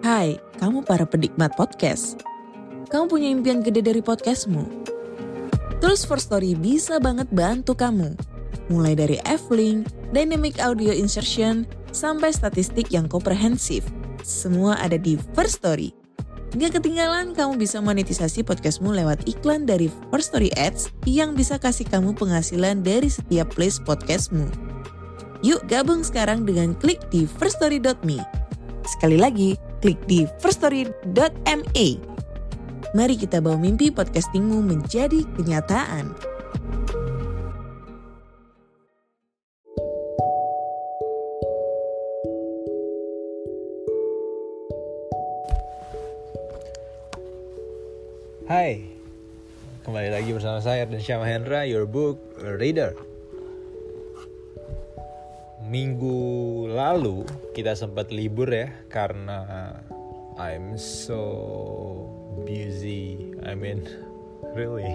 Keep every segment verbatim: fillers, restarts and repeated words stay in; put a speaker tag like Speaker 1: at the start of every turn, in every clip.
Speaker 1: Hai, kamu para penikmat podcast. Kamu punya impian gede dari podcastmu? Tools for Story bisa banget bantu kamu. Mulai dari F-Link, Dynamic Audio Insertion, sampai statistik yang komprehensif. Semua ada di First Story. Gak ketinggalan kamu bisa monetisasi podcastmu lewat iklan dari First Story Ads yang bisa kasih kamu penghasilan dari setiap place podcastmu. Yuk gabung sekarang dengan klik di first story dot me. Sekali lagi, klik di first story dot me. Mari kita bawa mimpi podcastingmu menjadi kenyataan.
Speaker 2: Hai, kembali lagi bersama saya dan Syama Hendra, your book reader. Minggu lalu kita sempat libur ya, karena I'm so busy. I mean, really.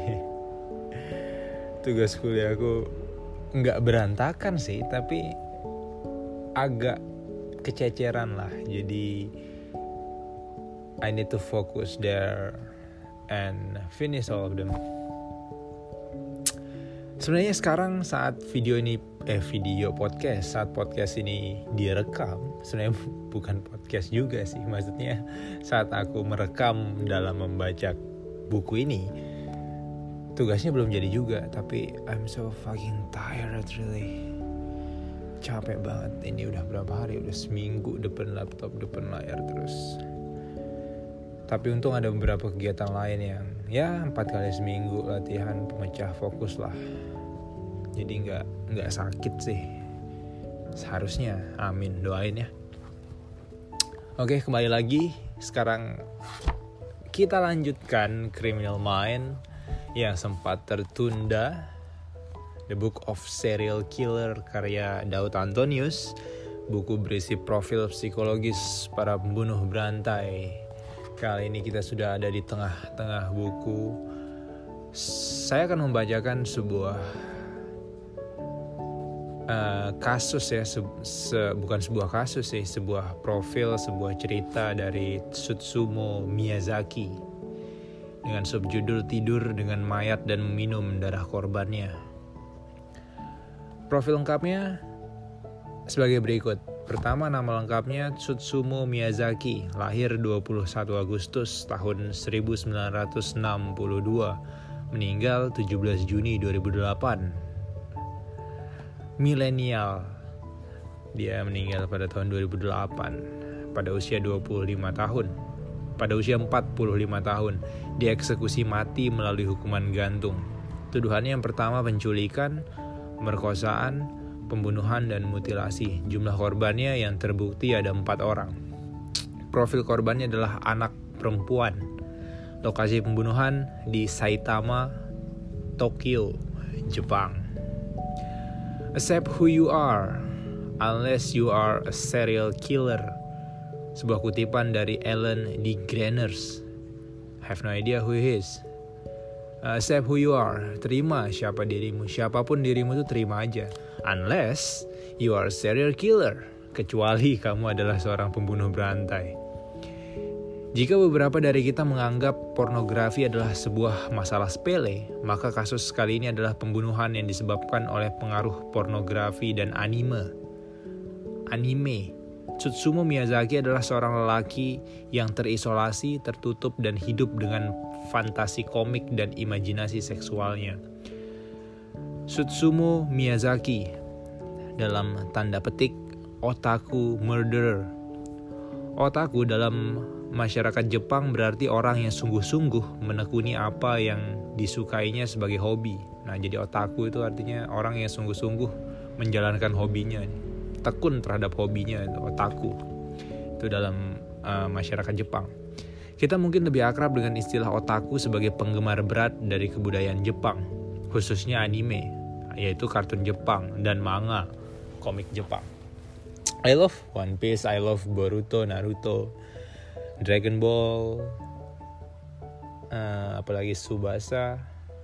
Speaker 2: Tugas kuliahku nggak berantakan sih, tapi agak kececeran lah. Jadi I need to focus there and finish all of them. Sebenarnya sekarang saat video ini eh video podcast saat podcast ini direkam, sebenarnya bukan podcast juga sih, maksudnya saat aku merekam dalam membaca buku ini, tugasnya belum jadi juga. Tapi I'm so fucking tired really. Capek banget. Ini udah berapa hari, udah seminggu depan laptop, depan layar terus. Tapi untung ada beberapa kegiatan lain yang ya empat kali seminggu latihan pemecah fokus lah. Jadi nggak nggak sakit sih. Seharusnya, amin, doain ya. Oke, kembali lagi. Sekarang kita lanjutkan Criminal Mind yang sempat tertunda. The Book of Serial Killer karya Daud Antonius. Buku berisi profil psikologis para pembunuh berantai. Kali ini kita sudah ada di tengah-tengah buku. Saya akan membacakan sebuah uh, kasus ya, se- se- bukan sebuah kasus sih, sebuah profil, sebuah cerita dari Tsutsumo Miyazaki dengan subjudul Tidur dengan Mayat dan Minum Darah Korbannya. Profil lengkapnya sebagai berikut. Pertama, nama lengkapnya Tsutsumo Miyazaki, lahir dua puluh satu Agustus tahun seribu sembilan ratus enam puluh dua, meninggal tujuh belas Juni dua ribu delapan. Milenial. Dia meninggal pada tahun dua ribu delapan pada usia dua puluh lima tahun. Pada usia empat puluh lima tahun, dieksekusi mati melalui hukuman gantung. Tuduhannya yang pertama penculikan, pemerkosaan, pembunuhan dan mutilasi. Jumlah korbannya yang terbukti ada empat orang. Profil korbannya adalah anak perempuan. Lokasi pembunuhan di Saitama, Tokyo, Jepang. Accept who you are, unless you are a serial killer. Sebuah kutipan dari Ellen DeGeneres. Have no idea who he is. Accept who you are. Terima siapa dirimu. Siapapun dirimu itu terima aja. Unless you are a serial killer. Kecuali kamu adalah seorang pembunuh berantai. Jika beberapa dari kita menganggap pornografi adalah sebuah masalah sepele, maka kasus kali ini adalah pembunuhan yang disebabkan oleh pengaruh pornografi dan anime. Anime. Tsutsumo Miyazaki adalah seorang lelaki yang terisolasi, tertutup, dan hidup dengan fantasi komik dan imajinasi seksualnya. Tsutsumo Miyazaki, dalam tanda petik, otaku murderer. Otaku dalam masyarakat Jepang berarti orang yang sungguh-sungguh menekuni apa yang disukainya sebagai hobi. Nah, jadi otaku itu artinya orang yang sungguh-sungguh menjalankan hobinya. Tekun terhadap hobinya, itu otaku. Itu dalam uh, masyarakat Jepang. Kita mungkin lebih akrab dengan istilah otaku sebagai penggemar berat dari kebudayaan Jepang, khususnya anime, yaitu kartun Jepang dan manga, komik Jepang. I love One Piece, I love Boruto, Naruto, Dragon Ball, uh, apalagi Tsubasa,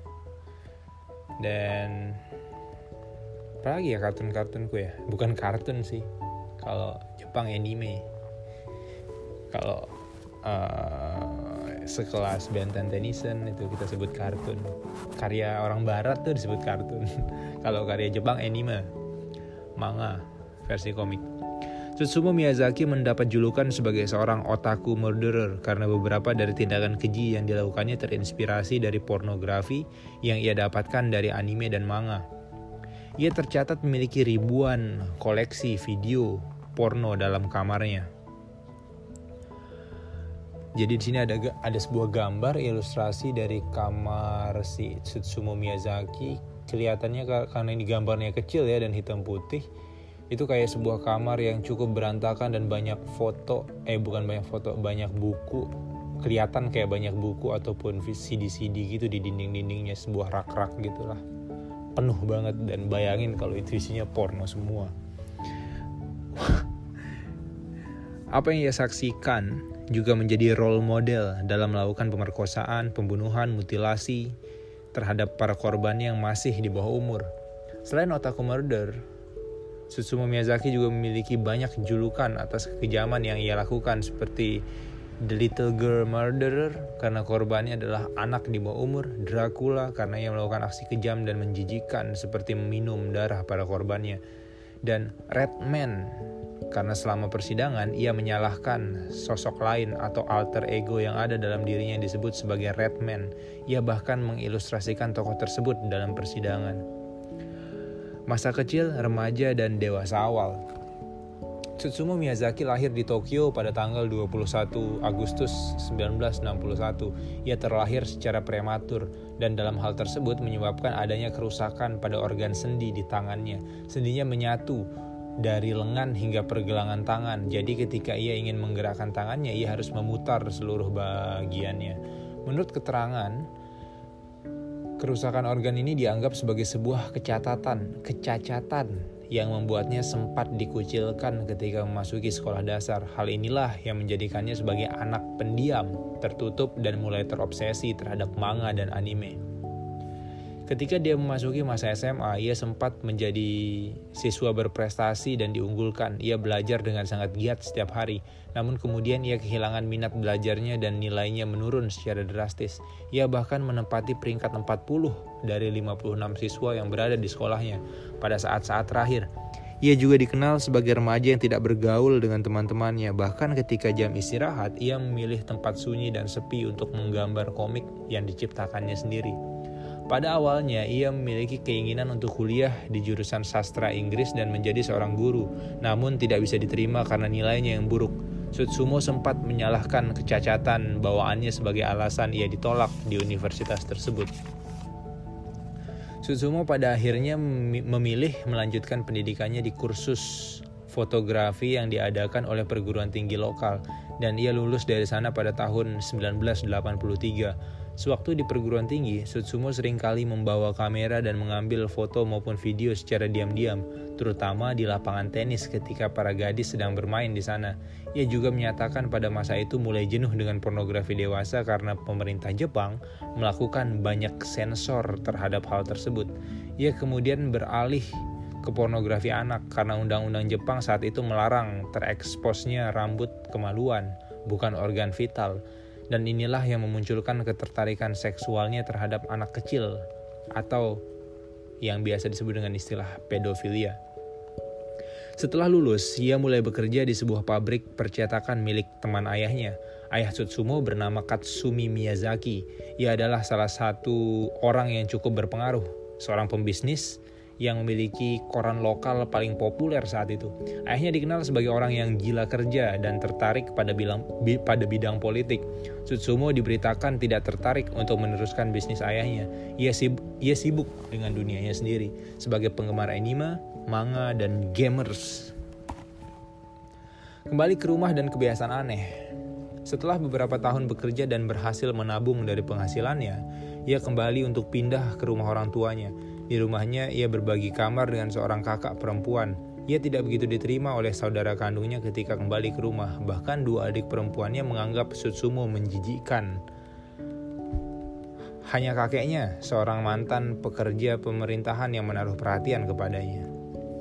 Speaker 2: dan apalagi ya kartun-kartunku ya, bukan kartun sih, kalau Jepang anime. Kalau uh, sekelas Ben ten Tennyson itu kita sebut kartun. Karya orang barat tuh disebut kartun. Kalau karya Jepang anime, manga, versi komik. Susumu Miyazaki mendapat julukan sebagai seorang otaku murderer karena beberapa dari tindakan keji yang dilakukannya terinspirasi dari pornografi yang ia dapatkan dari anime dan manga. Ia tercatat memiliki ribuan koleksi video porno dalam kamarnya. Jadi di sini ada ada sebuah gambar ilustrasi dari kamar si Susumu Miyazaki. Kelihatannya karena ini gambarnya kecil ya dan hitam putih. Itu kayak sebuah kamar yang cukup berantakan dan banyak foto, eh bukan banyak foto, banyak buku. Kelihatan kayak banyak buku ataupun C D-C D gitu di dinding-dindingnya, sebuah rak-rak gitulah. Penuh banget dan bayangin kalau itu isinya porno semua. Apa yang ia saksikan juga menjadi role model dalam melakukan pemerkosaan, pembunuhan, mutilasi terhadap para korban yang masih di bawah umur. Selain otaku murder, Susumu Miyazaki juga memiliki banyak julukan atas kekejaman yang ia lakukan seperti The Little Girl Murderer karena korbannya adalah anak di bawah umur, Dracula karena ia melakukan aksi kejam dan menjijikan seperti meminum darah para korbannya, dan Red Man karena selama persidangan ia menyalahkan sosok lain atau alter ego yang ada dalam dirinya yang disebut sebagai Red Man. Ia bahkan mengilustrasikan tokoh tersebut dalam persidangan. Masa kecil, remaja, dan dewasa awal. Susumu Miyazaki lahir di Tokyo pada tanggal dua puluh satu Agustus sembilan belas enam puluh satu. Ia terlahir secara prematur dan dalam hal tersebut menyebabkan adanya kerusakan pada organ sendi di tangannya. Sendinya menyatu dari lengan hingga pergelangan tangan. Jadi ketika ia ingin menggerakkan tangannya, ia harus memutar seluruh bagiannya. Menurut keterangan, kerusakan organ ini dianggap sebagai sebuah kecacatan, kecacatan yang membuatnya sempat dikucilkan ketika memasuki sekolah dasar. Hal inilah yang menjadikannya sebagai anak pendiam, tertutup dan mulai terobsesi terhadap manga dan anime. Ketika dia memasuki masa S M A, ia sempat menjadi siswa berprestasi dan diunggulkan. Ia belajar dengan sangat giat setiap hari. Namun kemudian ia kehilangan minat belajarnya dan nilainya menurun secara drastis. Ia bahkan menempati peringkat empat puluh dari lima puluh enam siswa yang berada di sekolahnya pada saat-saat terakhir. Ia juga dikenal sebagai remaja yang tidak bergaul dengan teman-temannya. Bahkan ketika jam istirahat, ia memilih tempat sunyi dan sepi untuk menggambar komik yang diciptakannya sendiri. Pada awalnya, ia memiliki keinginan untuk kuliah di jurusan sastra Inggris dan menjadi seorang guru, namun tidak bisa diterima karena nilainya yang buruk. Susumu sempat menyalahkan kecacatan bawaannya sebagai alasan ia ditolak di universitas tersebut. Susumu pada akhirnya memilih melanjutkan pendidikannya di kursus fotografi yang diadakan oleh perguruan tinggi lokal, dan ia lulus dari sana pada tahun sembilan belas delapan puluh tiga. Sewaktu di perguruan tinggi, Susumu seringkali membawa kamera dan mengambil foto maupun video secara diam-diam, terutama di lapangan tenis ketika para gadis sedang bermain di sana. Ia juga menyatakan pada masa itu mulai jenuh dengan pornografi dewasa karena pemerintah Jepang melakukan banyak sensor terhadap hal tersebut. Ia kemudian beralih ke pornografi anak karena undang-undang Jepang saat itu melarang tereksposnya rambut kemaluan, bukan organ vital. Dan inilah yang memunculkan ketertarikan seksualnya terhadap anak kecil atau yang biasa disebut dengan istilah pedofilia. Setelah lulus, ia mulai bekerja di sebuah pabrik percetakan milik teman ayahnya. Ayah Susumu bernama Katsumi Miyazaki. Ia adalah salah satu orang yang cukup berpengaruh, seorang pembisnis yang memiliki koran lokal paling populer saat itu. Ayahnya dikenal sebagai orang yang gila kerja dan tertarik pada bidang, pada bidang politik. Susumu diberitakan tidak tertarik untuk meneruskan bisnis ayahnya. Ia sibuk, ia sibuk dengan dunianya sendiri sebagai penggemar anime, manga, dan gamers. Kembali ke rumah dan kebiasaan aneh. Setelah beberapa tahun bekerja dan berhasil menabung dari penghasilannya, ia kembali untuk pindah ke rumah orang tuanya. Di rumahnya, ia berbagi kamar dengan seorang kakak perempuan. Ia tidak begitu diterima oleh saudara kandungnya ketika kembali ke rumah. Bahkan dua adik perempuannya menganggap Susumu menjijikkan. Hanya kakeknya, seorang mantan pekerja pemerintahan yang menaruh perhatian kepadanya.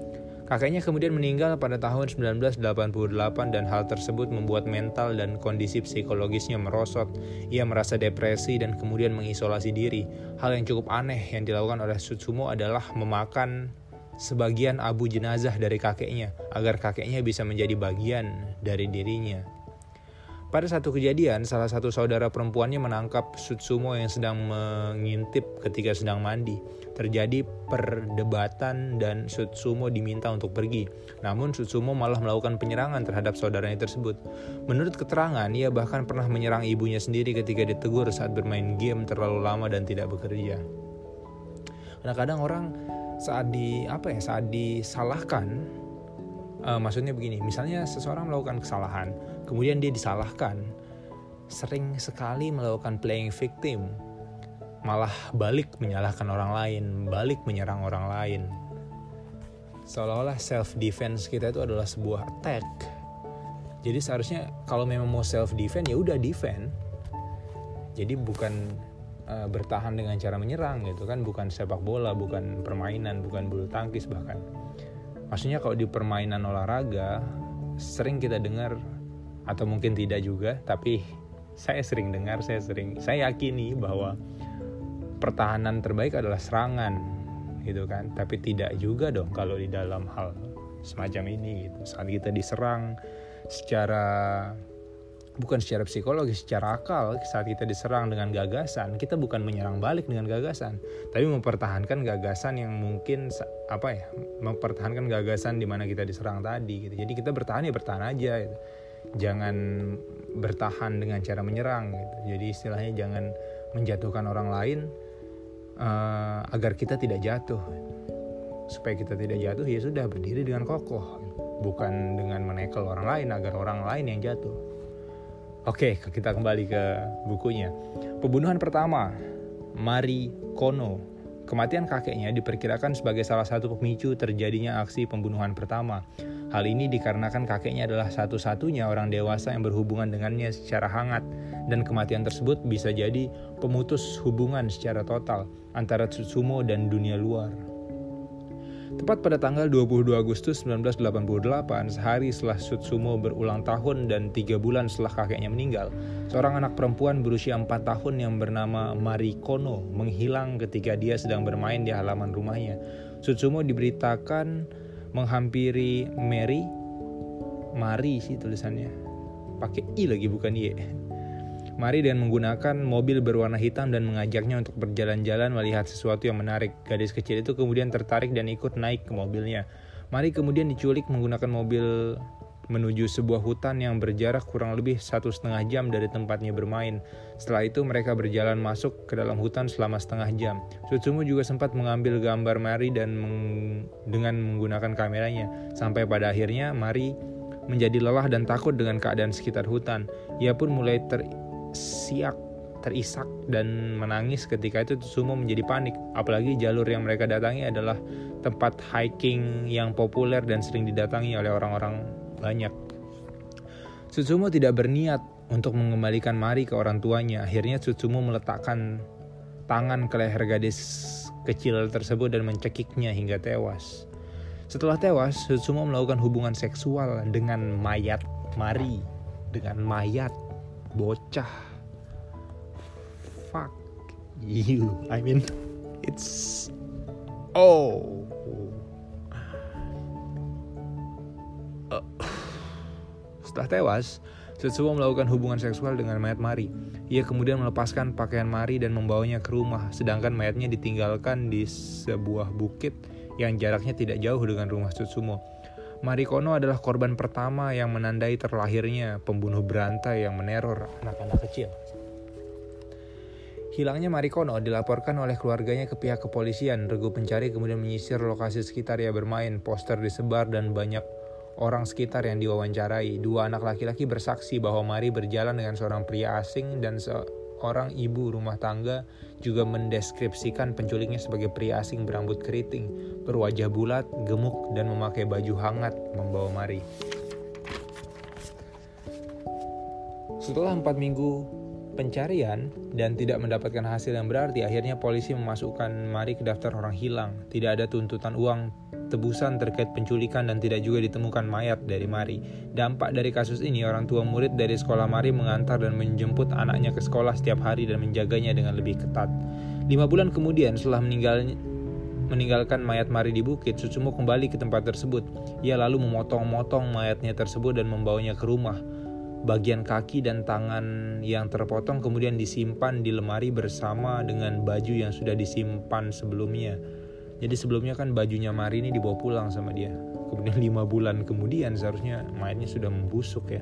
Speaker 2: Kakeknya kemudian meninggal pada tahun sembilan belas delapan puluh delapan dan hal tersebut membuat mental dan kondisi psikologisnya merosot. Ia merasa depresi dan kemudian mengisolasi diri. Hal yang cukup aneh yang dilakukan oleh Sutsumo adalah memakan sebagian abu jenazah dari kakeknya agar kakeknya bisa menjadi bagian dari dirinya. Pada satu kejadian, salah satu saudara perempuannya menangkap Sutsumo yang sedang mengintip ketika sedang mandi. Terjadi perdebatan dan Sutsumo diminta untuk pergi. Namun Sutsumo malah melakukan penyerangan terhadap saudaranya tersebut. Menurut keterangan, ia bahkan pernah menyerang ibunya sendiri ketika ditegur saat bermain game terlalu lama dan tidak bekerja. Kadang-kadang orang saat di apa ya saat disalahkan, Uh, maksudnya begini, misalnya seseorang melakukan kesalahan, kemudian dia disalahkan, sering sekali melakukan playing victim, malah balik menyalahkan orang lain, balik menyerang orang lain. Seolah-olah self defense kita itu adalah sebuah attack. Jadi seharusnya kalau memang mau self defense ya udah defend. Jadi bukan uh, bertahan dengan cara menyerang gitu kan, bukan sepak bola, bukan permainan, bukan bulu tangkis bahkan. Maksudnya kalau di permainan olahraga sering kita dengar, atau mungkin tidak juga, tapi saya sering dengar, saya sering, saya yakini bahwa pertahanan terbaik adalah serangan, gitu kan. Tapi tidak juga dong kalau di dalam hal semacam ini, gitu. Saat kita diserang secara bukan secara psikologis, secara akal, saat kita diserang dengan gagasan, kita bukan menyerang balik dengan gagasan, tapi mempertahankan gagasan yang mungkin apa ya, mempertahankan gagasan di mana kita diserang tadi gitu. Jadi kita bertahan ya bertahan aja gitu. Jangan bertahan dengan cara menyerang gitu. Jadi istilahnya jangan menjatuhkan orang lain uh, agar kita tidak jatuh. Supaya kita tidak jatuh ya sudah berdiri dengan kokoh, bukan dengan menekel orang lain agar orang lain yang jatuh. Oke, kita kembali ke bukunya. Pembunuhan pertama, Mari Kono. Kematian kakeknya diperkirakan sebagai salah satu pemicu terjadinya aksi pembunuhan pertama. Hal ini dikarenakan kakeknya adalah satu-satunya orang dewasa yang berhubungan dengannya secara hangat, dan kematian tersebut bisa jadi pemutus hubungan secara total antara Sutsumo dan dunia luar. Tepat pada tanggal dua puluh dua Agustus sembilan belas delapan puluh delapan, sehari setelah Sutsumo berulang tahun dan tiga bulan setelah kakeknya meninggal, seorang anak perempuan berusia empat tahun yang bernama Mari Kono menghilang ketika dia sedang bermain di halaman rumahnya. Sutsumo diberitakan menghampiri Mary, Mari sih tulisannya, pakai I lagi bukan Y. Mari dengan menggunakan mobil berwarna hitam dan mengajaknya untuk berjalan-jalan melihat sesuatu yang menarik. Gadis kecil itu kemudian tertarik dan ikut naik ke mobilnya. Mari kemudian diculik menggunakan mobil menuju sebuah hutan yang berjarak kurang lebih satu setengah jam dari tempatnya bermain. Setelah itu mereka berjalan masuk ke dalam hutan selama setengah jam. Sutsumo juga sempat mengambil gambar Mari dan meng- dengan menggunakan kameranya. Sampai pada akhirnya Mari menjadi lelah dan takut dengan keadaan sekitar hutan. Ia pun mulai ter siak, terisak dan menangis. Ketika itu Sutsumo menjadi panik, apalagi jalur yang mereka datangi adalah tempat hiking yang populer dan sering didatangi oleh orang-orang banyak. Sutsumo tidak berniat untuk mengembalikan Mari ke orang tuanya. Akhirnya Sutsumo meletakkan tangan ke leher gadis kecil tersebut dan mencekiknya hingga tewas. Setelah tewas, Sutsumo melakukan hubungan seksual dengan mayat Mari, dengan mayat bocah. Fuck you. I mean, it's oh. Uh. Setelah tewas, Sutsumo melakukan hubungan seksual dengan mayat Mari. Ia kemudian melepaskan pakaian Mari dan membawanya ke rumah, sedangkan mayatnya ditinggalkan di sebuah bukit yang jaraknya tidak jauh dengan rumah Sutsumo. Mari Kono adalah korban pertama yang menandai terlahirnya pembunuh berantai yang meneror anak-anak kecil. Hilangnya Mari Kono dilaporkan oleh keluarganya ke pihak kepolisian. Regu pencari kemudian menyisir lokasi sekitar ia bermain. Poster disebar dan banyak orang sekitar yang diwawancarai. Dua anak laki-laki bersaksi bahwa Mari berjalan dengan seorang pria asing dan seorang ibu rumah tangga juga mendeskripsikan penculiknya sebagai pria asing berambut keriting, berwajah bulat, gemuk, dan memakai baju hangat membawa Mari. Setelah empat minggu pencarian dan tidak mendapatkan hasil yang berarti, akhirnya polisi memasukkan Mari ke daftar orang hilang. Tidak ada tuntutan uang tebusan terkait penculikan dan tidak juga ditemukan mayat dari Mari. Dampak dari kasus ini, orang tua murid dari sekolah Mari mengantar dan menjemput anaknya ke sekolah setiap hari dan menjaganya dengan lebih ketat. Lima bulan kemudian setelah meninggal, meninggalkan mayat Mari di bukit, Sutsumo kembali ke tempat tersebut. Ia lalu memotong-motong mayatnya tersebut dan membawanya ke rumah. Bagian kaki dan tangan yang terpotong kemudian disimpan di lemari bersama dengan baju yang sudah disimpan sebelumnya. Jadi sebelumnya kan bajunya Mari ini dibawa pulang sama dia. Kemudian lima bulan kemudian seharusnya mayatnya sudah membusuk ya.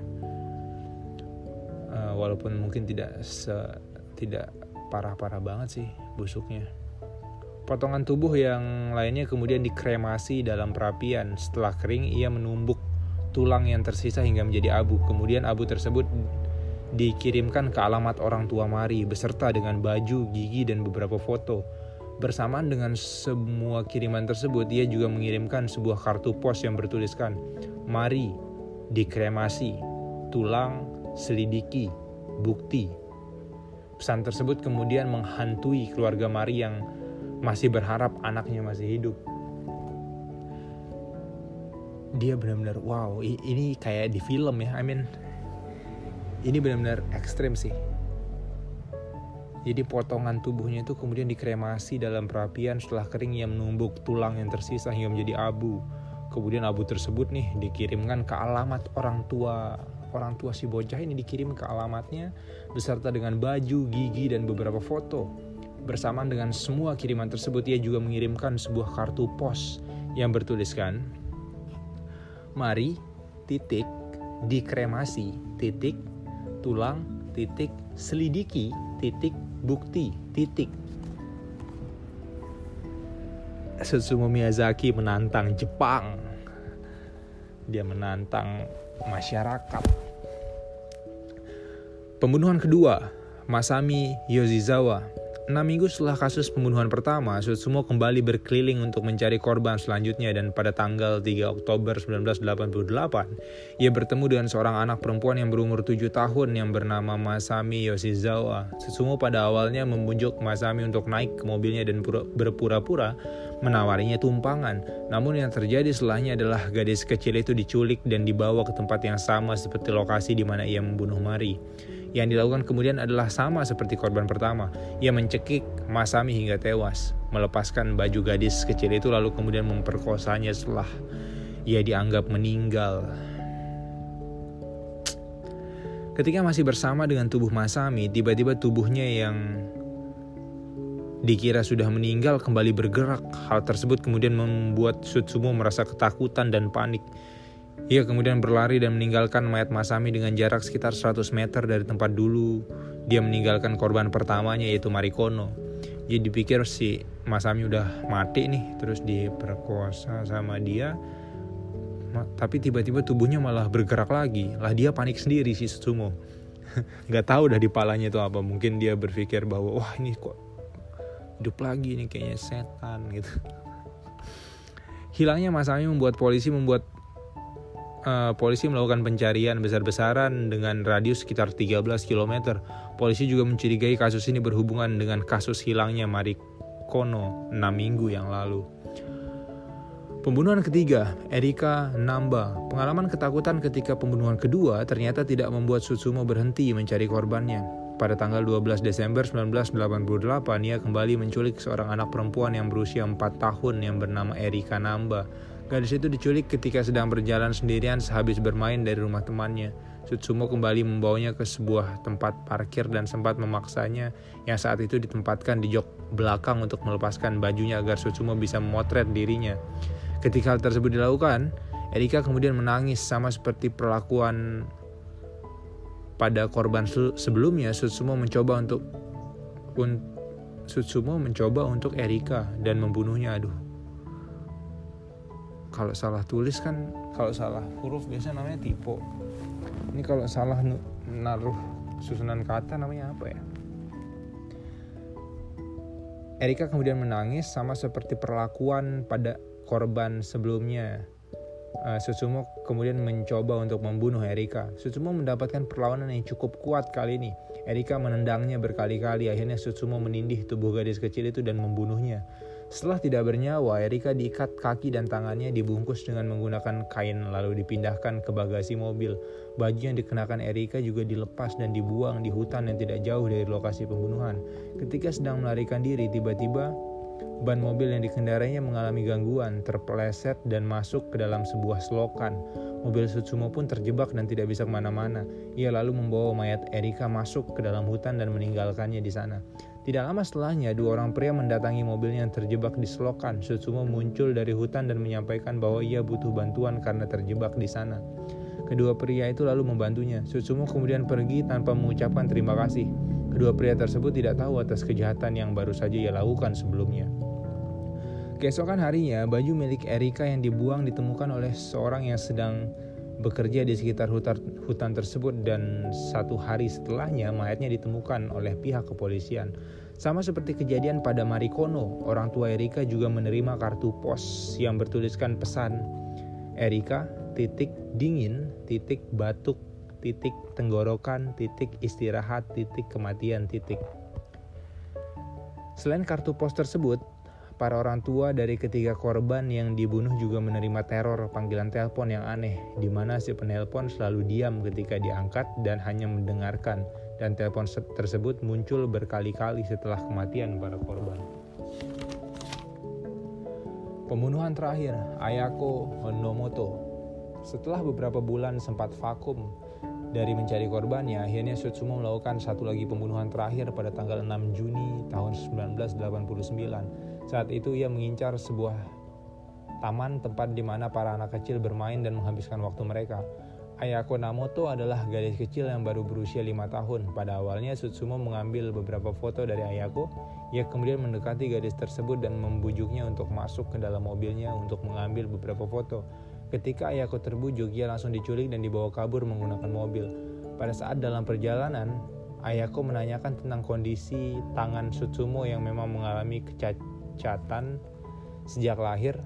Speaker 2: Uh, walaupun mungkin tidak se, tidak parah-parah banget sih busuknya. Potongan tubuh yang lainnya kemudian dikremasi dalam perapian. Setelah kering, ia menumbuk tulang yang tersisa hingga menjadi abu. Kemudian abu tersebut dikirimkan ke alamat orang tua Mari beserta dengan baju, gigi, dan beberapa foto. Bersamaan dengan semua kiriman tersebut, ia juga mengirimkan sebuah kartu pos yang bertuliskan Mari, dikremasi, tulang, selidiki, bukti. Pesan tersebut kemudian menghantui keluarga Mari yang masih berharap anaknya masih hidup. Dia benar-benar wow, ini kayak di film ya. I mean, ini benar-benar ekstrim sih. Jadi potongan tubuhnya itu kemudian dikremasi dalam perapian. Setelah kering, ia menumbuk tulang yang tersisa hingga menjadi abu. Kemudian abu tersebut nih dikirimkan ke alamat orang tua orang tua si bocah ini, dikirim ke alamatnya beserta dengan baju, gigi, dan beberapa foto. Bersamaan dengan semua kiriman tersebut, ia juga mengirimkan sebuah kartu pos yang bertuliskan Mari, titik, dikremasi, titik, tulang, titik, selidiki, titik, bukti, titik. Susumu Miyazaki menantang Jepang. Dia menantang masyarakat. Pembunuhan kedua, Masami Yoshizawa. Enam minggu setelah kasus pembunuhan pertama, Sutsumo kembali berkeliling untuk mencari korban selanjutnya, dan pada tanggal tiga Oktober sembilan belas delapan puluh delapan, ia bertemu dengan seorang anak perempuan yang berumur tujuh tahun yang bernama Masami Yoshizawa. Sutsumo pada awalnya membujuk Masami untuk naik ke mobilnya dan pura- berpura-pura menawarinya tumpangan. Namun yang terjadi setelahnya adalah gadis kecil itu diculik dan dibawa ke tempat yang sama seperti lokasi di mana ia membunuh Mari. Yang dilakukan kemudian adalah sama seperti korban pertama. Ia mencekik Masami hingga tewas, melepaskan baju gadis kecil itu lalu kemudian memperkosanya setelah ia dianggap meninggal. Ketika masih bersama dengan tubuh Masami, tiba-tiba tubuhnya yang dikira sudah meninggal kembali bergerak. Hal tersebut kemudian membuat Sutsumo merasa ketakutan dan panik. Ia kemudian berlari dan meninggalkan mayat Masami dengan jarak sekitar seratus meter dari tempat dulu dia meninggalkan korban pertamanya, yaitu Marikono. Jadi dipikir si Masami udah mati nih, terus diperkosa sama dia, tapi tiba-tiba tubuhnya malah bergerak lagi. Lah dia panik sendiri si Sutsumo. Gak tahu dah di palanya itu apa. Mungkin dia berpikir bahwa wah ini kok hidup lagi nih, kayaknya setan gitu. Hilangnya Masami membuat polisi membuat Uh, polisi melakukan pencarian besar-besaran dengan radius sekitar tiga belas kilometer. Polisi juga mencurigai kasus ini berhubungan dengan kasus hilangnya Marikono enam minggu yang lalu. Pembunuhan ketiga, Erika Namba. Pengalaman ketakutan ketika pembunuhan kedua ternyata tidak membuat Sutsumo berhenti mencari korbannya. Pada tanggal dua belas Desember sembilan belas delapan puluh delapan, ia kembali menculik seorang anak perempuan yang berusia empat tahun yang bernama Erika Namba. Gadis itu diculik ketika sedang berjalan sendirian sehabis bermain dari rumah temannya. Sutsumo kembali membawanya ke sebuah tempat parkir dan sempat memaksanya yang saat itu ditempatkan di jok belakang untuk melepaskan bajunya agar Sutsumo bisa memotret dirinya. Ketika hal tersebut dilakukan, Erika kemudian menangis sama seperti perlakuan pada korban sebelumnya. Sutsumo mencoba untuk un, Sutsumo mencoba untuk Erika dan membunuhnya. Aduh. Kalau salah tulis kan, kalau salah huruf biasa namanya typo. Ini kalau salah naruh susunan kata namanya apa ya? Erika kemudian menangis sama seperti perlakuan pada korban sebelumnya. uh, Sutsumo kemudian mencoba untuk membunuh Erika. Sutsumo mendapatkan perlawanan yang cukup kuat kali ini. Erika menendangnya berkali-kali. Akhirnya Sutsumo menindih tubuh gadis kecil itu dan membunuhnya. Setelah tidak bernyawa, Erika diikat kaki dan tangannya, dibungkus dengan menggunakan kain lalu dipindahkan ke bagasi mobil. Baju yang dikenakan Erika juga dilepas dan dibuang di hutan yang tidak jauh dari lokasi pembunuhan. Ketika sedang melarikan diri, tiba-tiba ban mobil yang dikendarainya mengalami gangguan, terpeleset dan masuk ke dalam sebuah selokan. Mobil Sutsumo pun terjebak dan tidak bisa kemana-mana. Ia lalu membawa mayat Erika masuk ke dalam hutan dan meninggalkannya di sana. Tidak lama setelahnya, dua orang pria mendatangi mobilnya yang terjebak di selokan. Sutsumo muncul dari hutan dan menyampaikan bahwa ia butuh bantuan karena terjebak di sana. Kedua pria itu lalu membantunya. Sutsumo kemudian pergi tanpa mengucapkan terima kasih. Kedua pria tersebut tidak tahu atas kejahatan yang baru saja ia lakukan sebelumnya. Keesokan harinya, baju milik Erika yang dibuang ditemukan oleh seorang yang sedang bekerja di sekitar hutan, hutan tersebut, dan satu hari setelahnya mayatnya ditemukan oleh pihak kepolisian. Sama seperti kejadian pada Marikono, orang tua Erika juga menerima kartu pos yang bertuliskan pesan Erika, titik dingin, titik batuk, titik tenggorokan, titik istirahat, titik kematian, titik. Selain kartu pos tersebut, para orang tua dari ketiga korban yang dibunuh juga menerima teror panggilan telepon yang aneh, di mana si penelpon selalu diam ketika diangkat dan hanya mendengarkan, dan telepon tersebut muncul berkali-kali setelah kematian para korban. Pembunuhan terakhir, Ayako Honomoto. Setelah beberapa bulan sempat vakum dari mencari korbannya, akhirnya Sutsumo melakukan satu lagi pembunuhan terakhir pada tanggal enam Juni tahun sembilan belas delapan puluh sembilan. Saat itu ia mengincar sebuah taman tempat di mana para anak kecil bermain dan menghabiskan waktu mereka. Ayako Namoto adalah gadis kecil yang baru berusia lima tahun. Pada awalnya Sutsumo mengambil beberapa foto dari Ayako. Ia kemudian mendekati gadis tersebut dan membujuknya untuk masuk ke dalam mobilnya untuk mengambil beberapa foto. Ketika Ayako terbujuk, ia langsung diculik dan dibawa kabur menggunakan mobil. Pada saat dalam perjalanan, Ayako menanyakan tentang kondisi tangan Sutsumo yang memang mengalami kecacatan sejak lahir.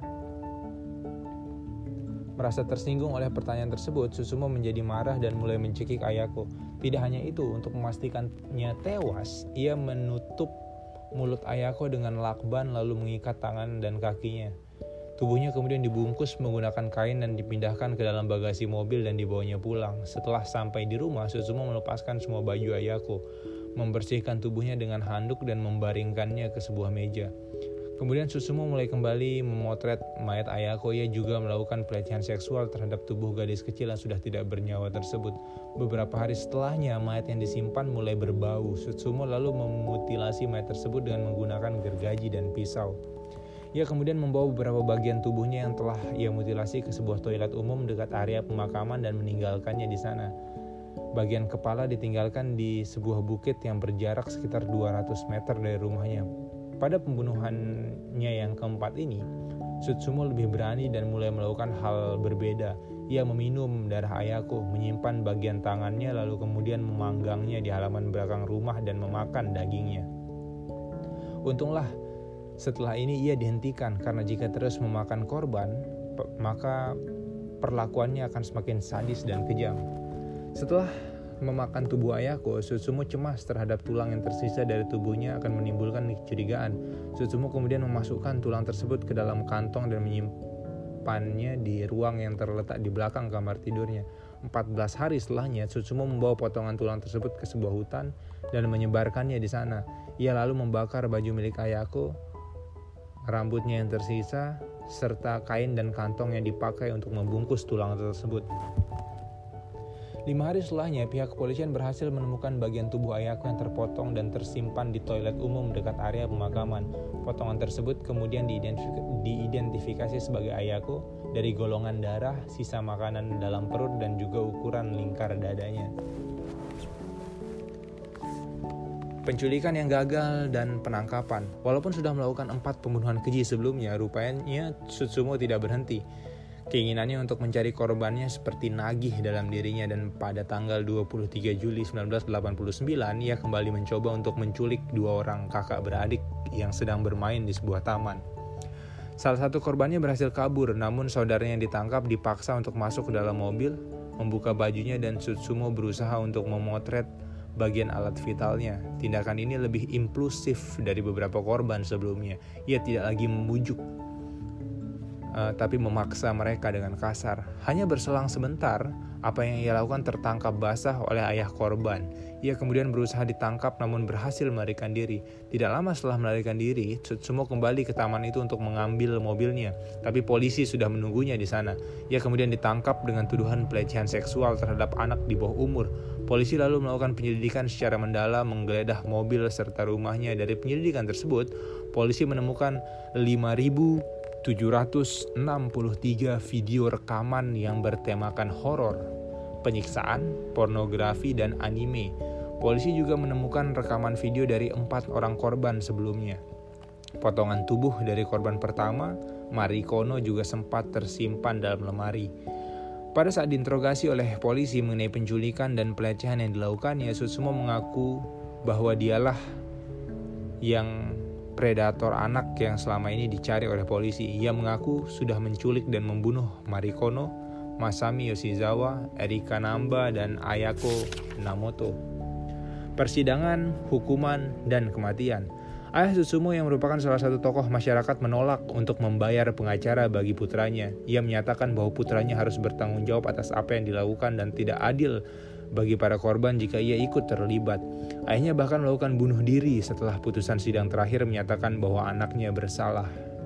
Speaker 2: Merasa tersinggung oleh pertanyaan tersebut, Sutsumo menjadi marah dan mulai mencekik Ayako. Tidak hanya itu, untuk memastikannya tewas, ia menutup mulut Ayako dengan lakban lalu mengikat tangan dan kakinya. Tubuhnya kemudian dibungkus menggunakan kain dan dipindahkan ke dalam bagasi mobil dan dibawanya pulang. Setelah sampai di rumah, Sutsumo melepaskan semua baju Ayako, membersihkan tubuhnya dengan handuk dan membaringkannya ke sebuah meja. Kemudian Sutsumo mulai kembali memotret mayat Ayako. Ia juga melakukan pelecehan seksual terhadap tubuh gadis kecil yang sudah tidak bernyawa tersebut. Beberapa hari setelahnya, mayat yang disimpan mulai berbau. Sutsumo lalu memutilasi mayat tersebut dengan menggunakan gergaji dan pisau. Ia kemudian membawa beberapa bagian tubuhnya yang telah ia mutilasi ke sebuah toilet umum dekat area pemakaman dan meninggalkannya di sana. Bagian kepala ditinggalkan di sebuah bukit yang berjarak sekitar dua ratus meter dari rumahnya. Pada pembunuhannya yang keempat ini, Sutsumo lebih berani dan mulai melakukan hal berbeda. Ia meminum darah Ayako, menyimpan bagian tangannya lalu kemudian memanggangnya di halaman belakang rumah dan memakan dagingnya. Untunglah setelah ini ia dihentikan, karena jika terus memakan korban, maka perlakuannya akan semakin sadis dan kejam. Setelah memakan tubuh Ayako, Sutsumo cemas terhadap tulang yang tersisa dari tubuhnya akan menimbulkan kecurigaan. Sutsumo kemudian memasukkan tulang tersebut ke dalam kantong dan menyimpannya di ruang yang terletak di belakang kamar tidurnya. empat belas hari setelahnya, Sutsumo membawa potongan tulang tersebut ke sebuah hutan dan menyebarkannya di sana. Ia lalu membakar baju milik Ayako, rambutnya yang tersisa, serta kain dan kantong yang dipakai untuk membungkus tulang tersebut. Lima hari setelahnya, pihak kepolisian berhasil menemukan bagian tubuh Ayako yang terpotong dan tersimpan di toilet umum dekat area pemakaman. Potongan tersebut kemudian diidentifik- diidentifikasi sebagai Ayako dari golongan darah, sisa makanan dalam perut, dan juga ukuran lingkar dadanya. Penculikan yang gagal dan penangkapan. Walaupun sudah melakukan empat pembunuhan keji sebelumnya, rupanya Sutsumo tidak berhenti. Keinginannya untuk mencari korbannya seperti nagih dalam dirinya, dan pada tanggal dua puluh tiga Juli sembilan belas delapan puluh sembilan, ia kembali mencoba untuk menculik dua orang kakak beradik yang sedang bermain di sebuah taman. Salah satu korbannya berhasil kabur, namun saudaranya yang ditangkap dipaksa untuk masuk ke dalam mobil, membuka bajunya dan Sutsumo berusaha untuk memotret bagian alat vitalnya. Tindakan ini lebih impulsif dari beberapa korban sebelumnya. Ia tidak lagi membujuk, uh, tapi memaksa mereka dengan kasar. Hanya berselang sebentar, apa yang ia lakukan tertangkap basah oleh ayah korban. Ia kemudian berusaha ditangkap namun berhasil melarikan diri. Tidak lama setelah melarikan diri, Sutsumo kembali ke taman itu untuk mengambil mobilnya. Tapi polisi sudah menunggunya di sana. Ia kemudian ditangkap dengan tuduhan pelecehan seksual terhadap anak di bawah umur. Polisi lalu melakukan penyelidikan secara mendalam, menggeledah mobil serta rumahnya. Dari penyelidikan tersebut, polisi menemukan lima ribu tujuh ratus enam puluh tiga video rekaman yang bertemakan horor, penyiksaan, pornografi, dan anime. Polisi juga menemukan rekaman video dari empat orang korban sebelumnya. Potongan tubuh dari korban pertama, Marikono, juga sempat tersimpan dalam lemari. Pada saat diinterogasi oleh polisi mengenai penculikan dan pelecehan yang dilakukannya, Sutsumo mengaku bahwa dialah yang predator anak yang selama ini dicari oleh polisi. Ia mengaku sudah menculik dan membunuh Marikono, Masami Yoshizawa, Erika Namba, dan Ayako Namoto. Persidangan, hukuman, dan kematian. Ayah Sutsumo yang merupakan salah satu tokoh masyarakat menolak untuk membayar pengacara bagi putranya. Ia menyatakan bahwa putranya harus bertanggung jawab atas apa yang dilakukan dan tidak adil bagi para korban jika ia ikut terlibat. Ayahnya bahkan melakukan bunuh diri setelah putusan sidang terakhir menyatakan bahwa anaknya bersalah.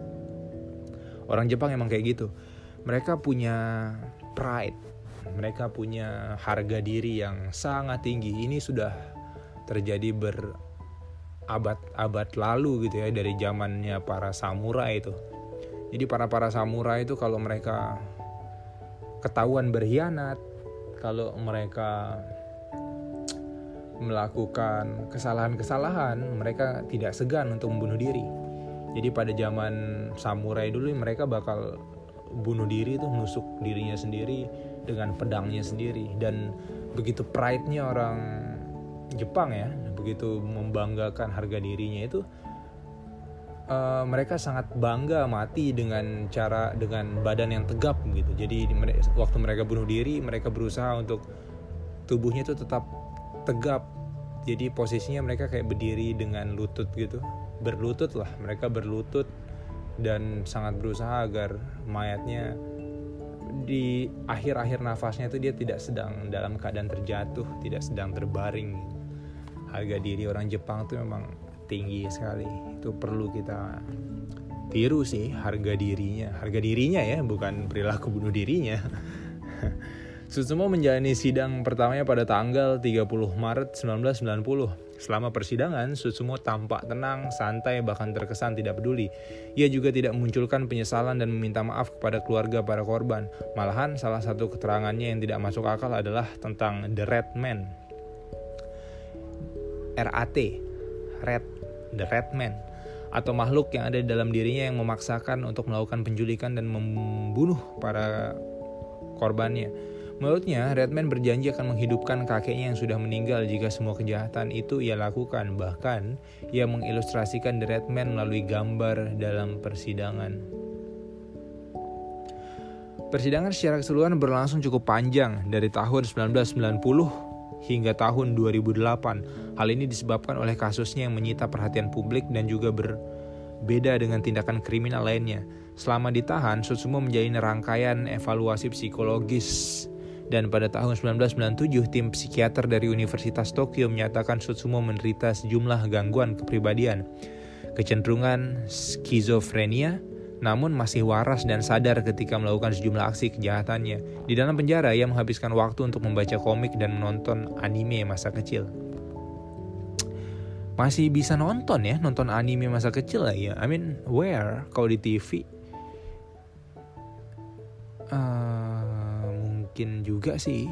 Speaker 2: Orang Jepang emang kayak gitu. Mereka punya pride, mereka punya harga diri yang sangat tinggi. Ini sudah terjadi berabad-abad lalu gitu ya, dari zamannya para samurai itu. Jadi para-para samurai itu kalau mereka ketahuan berkhianat, kalau mereka melakukan kesalahan-kesalahan, mereka tidak segan untuk membunuh diri. Jadi pada zaman samurai dulu mereka bakal bunuh diri tuh, nusuk dirinya sendiri dengan pedangnya sendiri. Dan begitu pride-nya orang Jepang ya, begitu membanggakan harga dirinya itu, uh, mereka sangat bangga mati dengan cara dengan badan yang tegap gitu. Jadi waktu mereka bunuh diri, mereka berusaha untuk tubuhnya itu tetap tegap. Jadi posisinya mereka kayak berdiri dengan lutut gitu, berlutut lah, mereka berlutut dan sangat berusaha agar mayatnya di akhir-akhir nafasnya itu dia tidak sedang dalam keadaan terjatuh, tidak sedang terbaring. Harga diri orang Jepang itu memang tinggi sekali. Itu perlu kita tiru sih, harga dirinya. Harga dirinya ya, bukan perilaku bunuh dirinya. Sutsumo menjalani sidang pertamanya pada tanggal tiga puluh Maret seribu sembilan ratus sembilan puluh. Selama persidangan, Sutsumo tampak tenang, santai, bahkan terkesan tidak peduli. Ia juga tidak memunculkan penyesalan dan meminta maaf kepada keluarga para korban. Malahan, salah satu keterangannya yang tidak masuk akal adalah tentang The Red Man. R A T, Red, The Red Man, atau makhluk yang ada di dalam dirinya yang memaksakan untuk melakukan penculikan dan membunuh para korbannya. Menurutnya, Redman berjanji akan menghidupkan kakeknya yang sudah meninggal jika semua kejahatan itu ia lakukan. Bahkan, ia mengilustrasikan The Redman melalui gambar dalam persidangan. Persidangan secara keseluruhan berlangsung cukup panjang, dari tahun seribu sembilan ratus sembilan puluh hingga tahun dua ribu delapan. Hal ini disebabkan oleh kasusnya yang menyita perhatian publik dan juga berbeda dengan tindakan kriminal lainnya. Selama ditahan, Sutsumo menjalani rangkaian evaluasi psikologis. Dan pada tahun seribu sembilan ratus sembilan puluh tujuh, tim psikiater dari Universitas Tokyo menyatakan Sutsumo menderita sejumlah gangguan kepribadian, kecenderungan skizofrenia, namun masih waras dan sadar ketika melakukan sejumlah aksi kejahatannya. Di dalam penjara, ia menghabiskan waktu untuk membaca komik dan menonton anime masa kecil. Masih bisa nonton ya, nonton anime masa kecil lah ya. I mean, where? Kalau di T V? Uh, mungkin juga sih.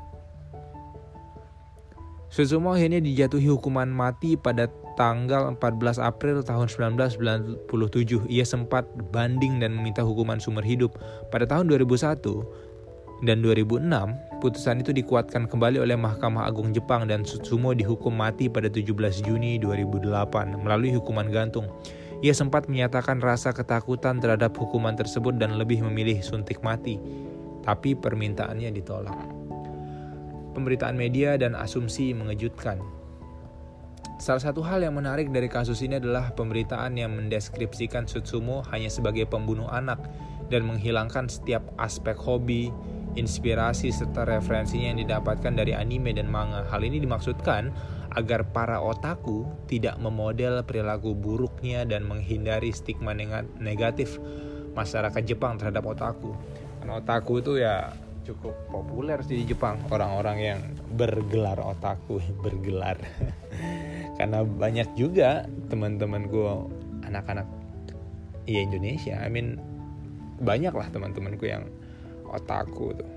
Speaker 2: Sutsumo akhirnya dijatuhi hukuman mati pada tanggal empat belas April tahun seribu sembilan ratus sembilan puluh tujuh. Ia sempat banding dan meminta hukuman seumur hidup. Pada tahun dua ribu satu dan dua ribu enam, putusan itu dikuatkan kembali oleh Mahkamah Agung Jepang dan Sutsumo dihukum mati pada tujuh belas Juni dua ribu delapan melalui hukuman gantung. Ia sempat menyatakan rasa ketakutan terhadap hukuman tersebut dan lebih memilih suntik mati, tapi permintaannya ditolak. Pemberitaan media dan asumsi mengejutkan. Salah satu hal yang menarik dari kasus ini adalah pemberitaan yang mendeskripsikan Sutsumo hanya sebagai pembunuh anak dan menghilangkan setiap aspek hobi, inspirasi, serta referensinya yang didapatkan dari anime dan manga. Hal ini dimaksudkan agar para otaku tidak memodel perilaku buruknya dan menghindari stigma negatif masyarakat Jepang terhadap otaku. Karena otaku itu ya cukup populer sih di Jepang, orang-orang yang bergelar otaku, bergelar. Karena banyak juga teman-temanku anak-anak ya Indonesia, I mean banyak lah teman-temanku yang otaku tuh.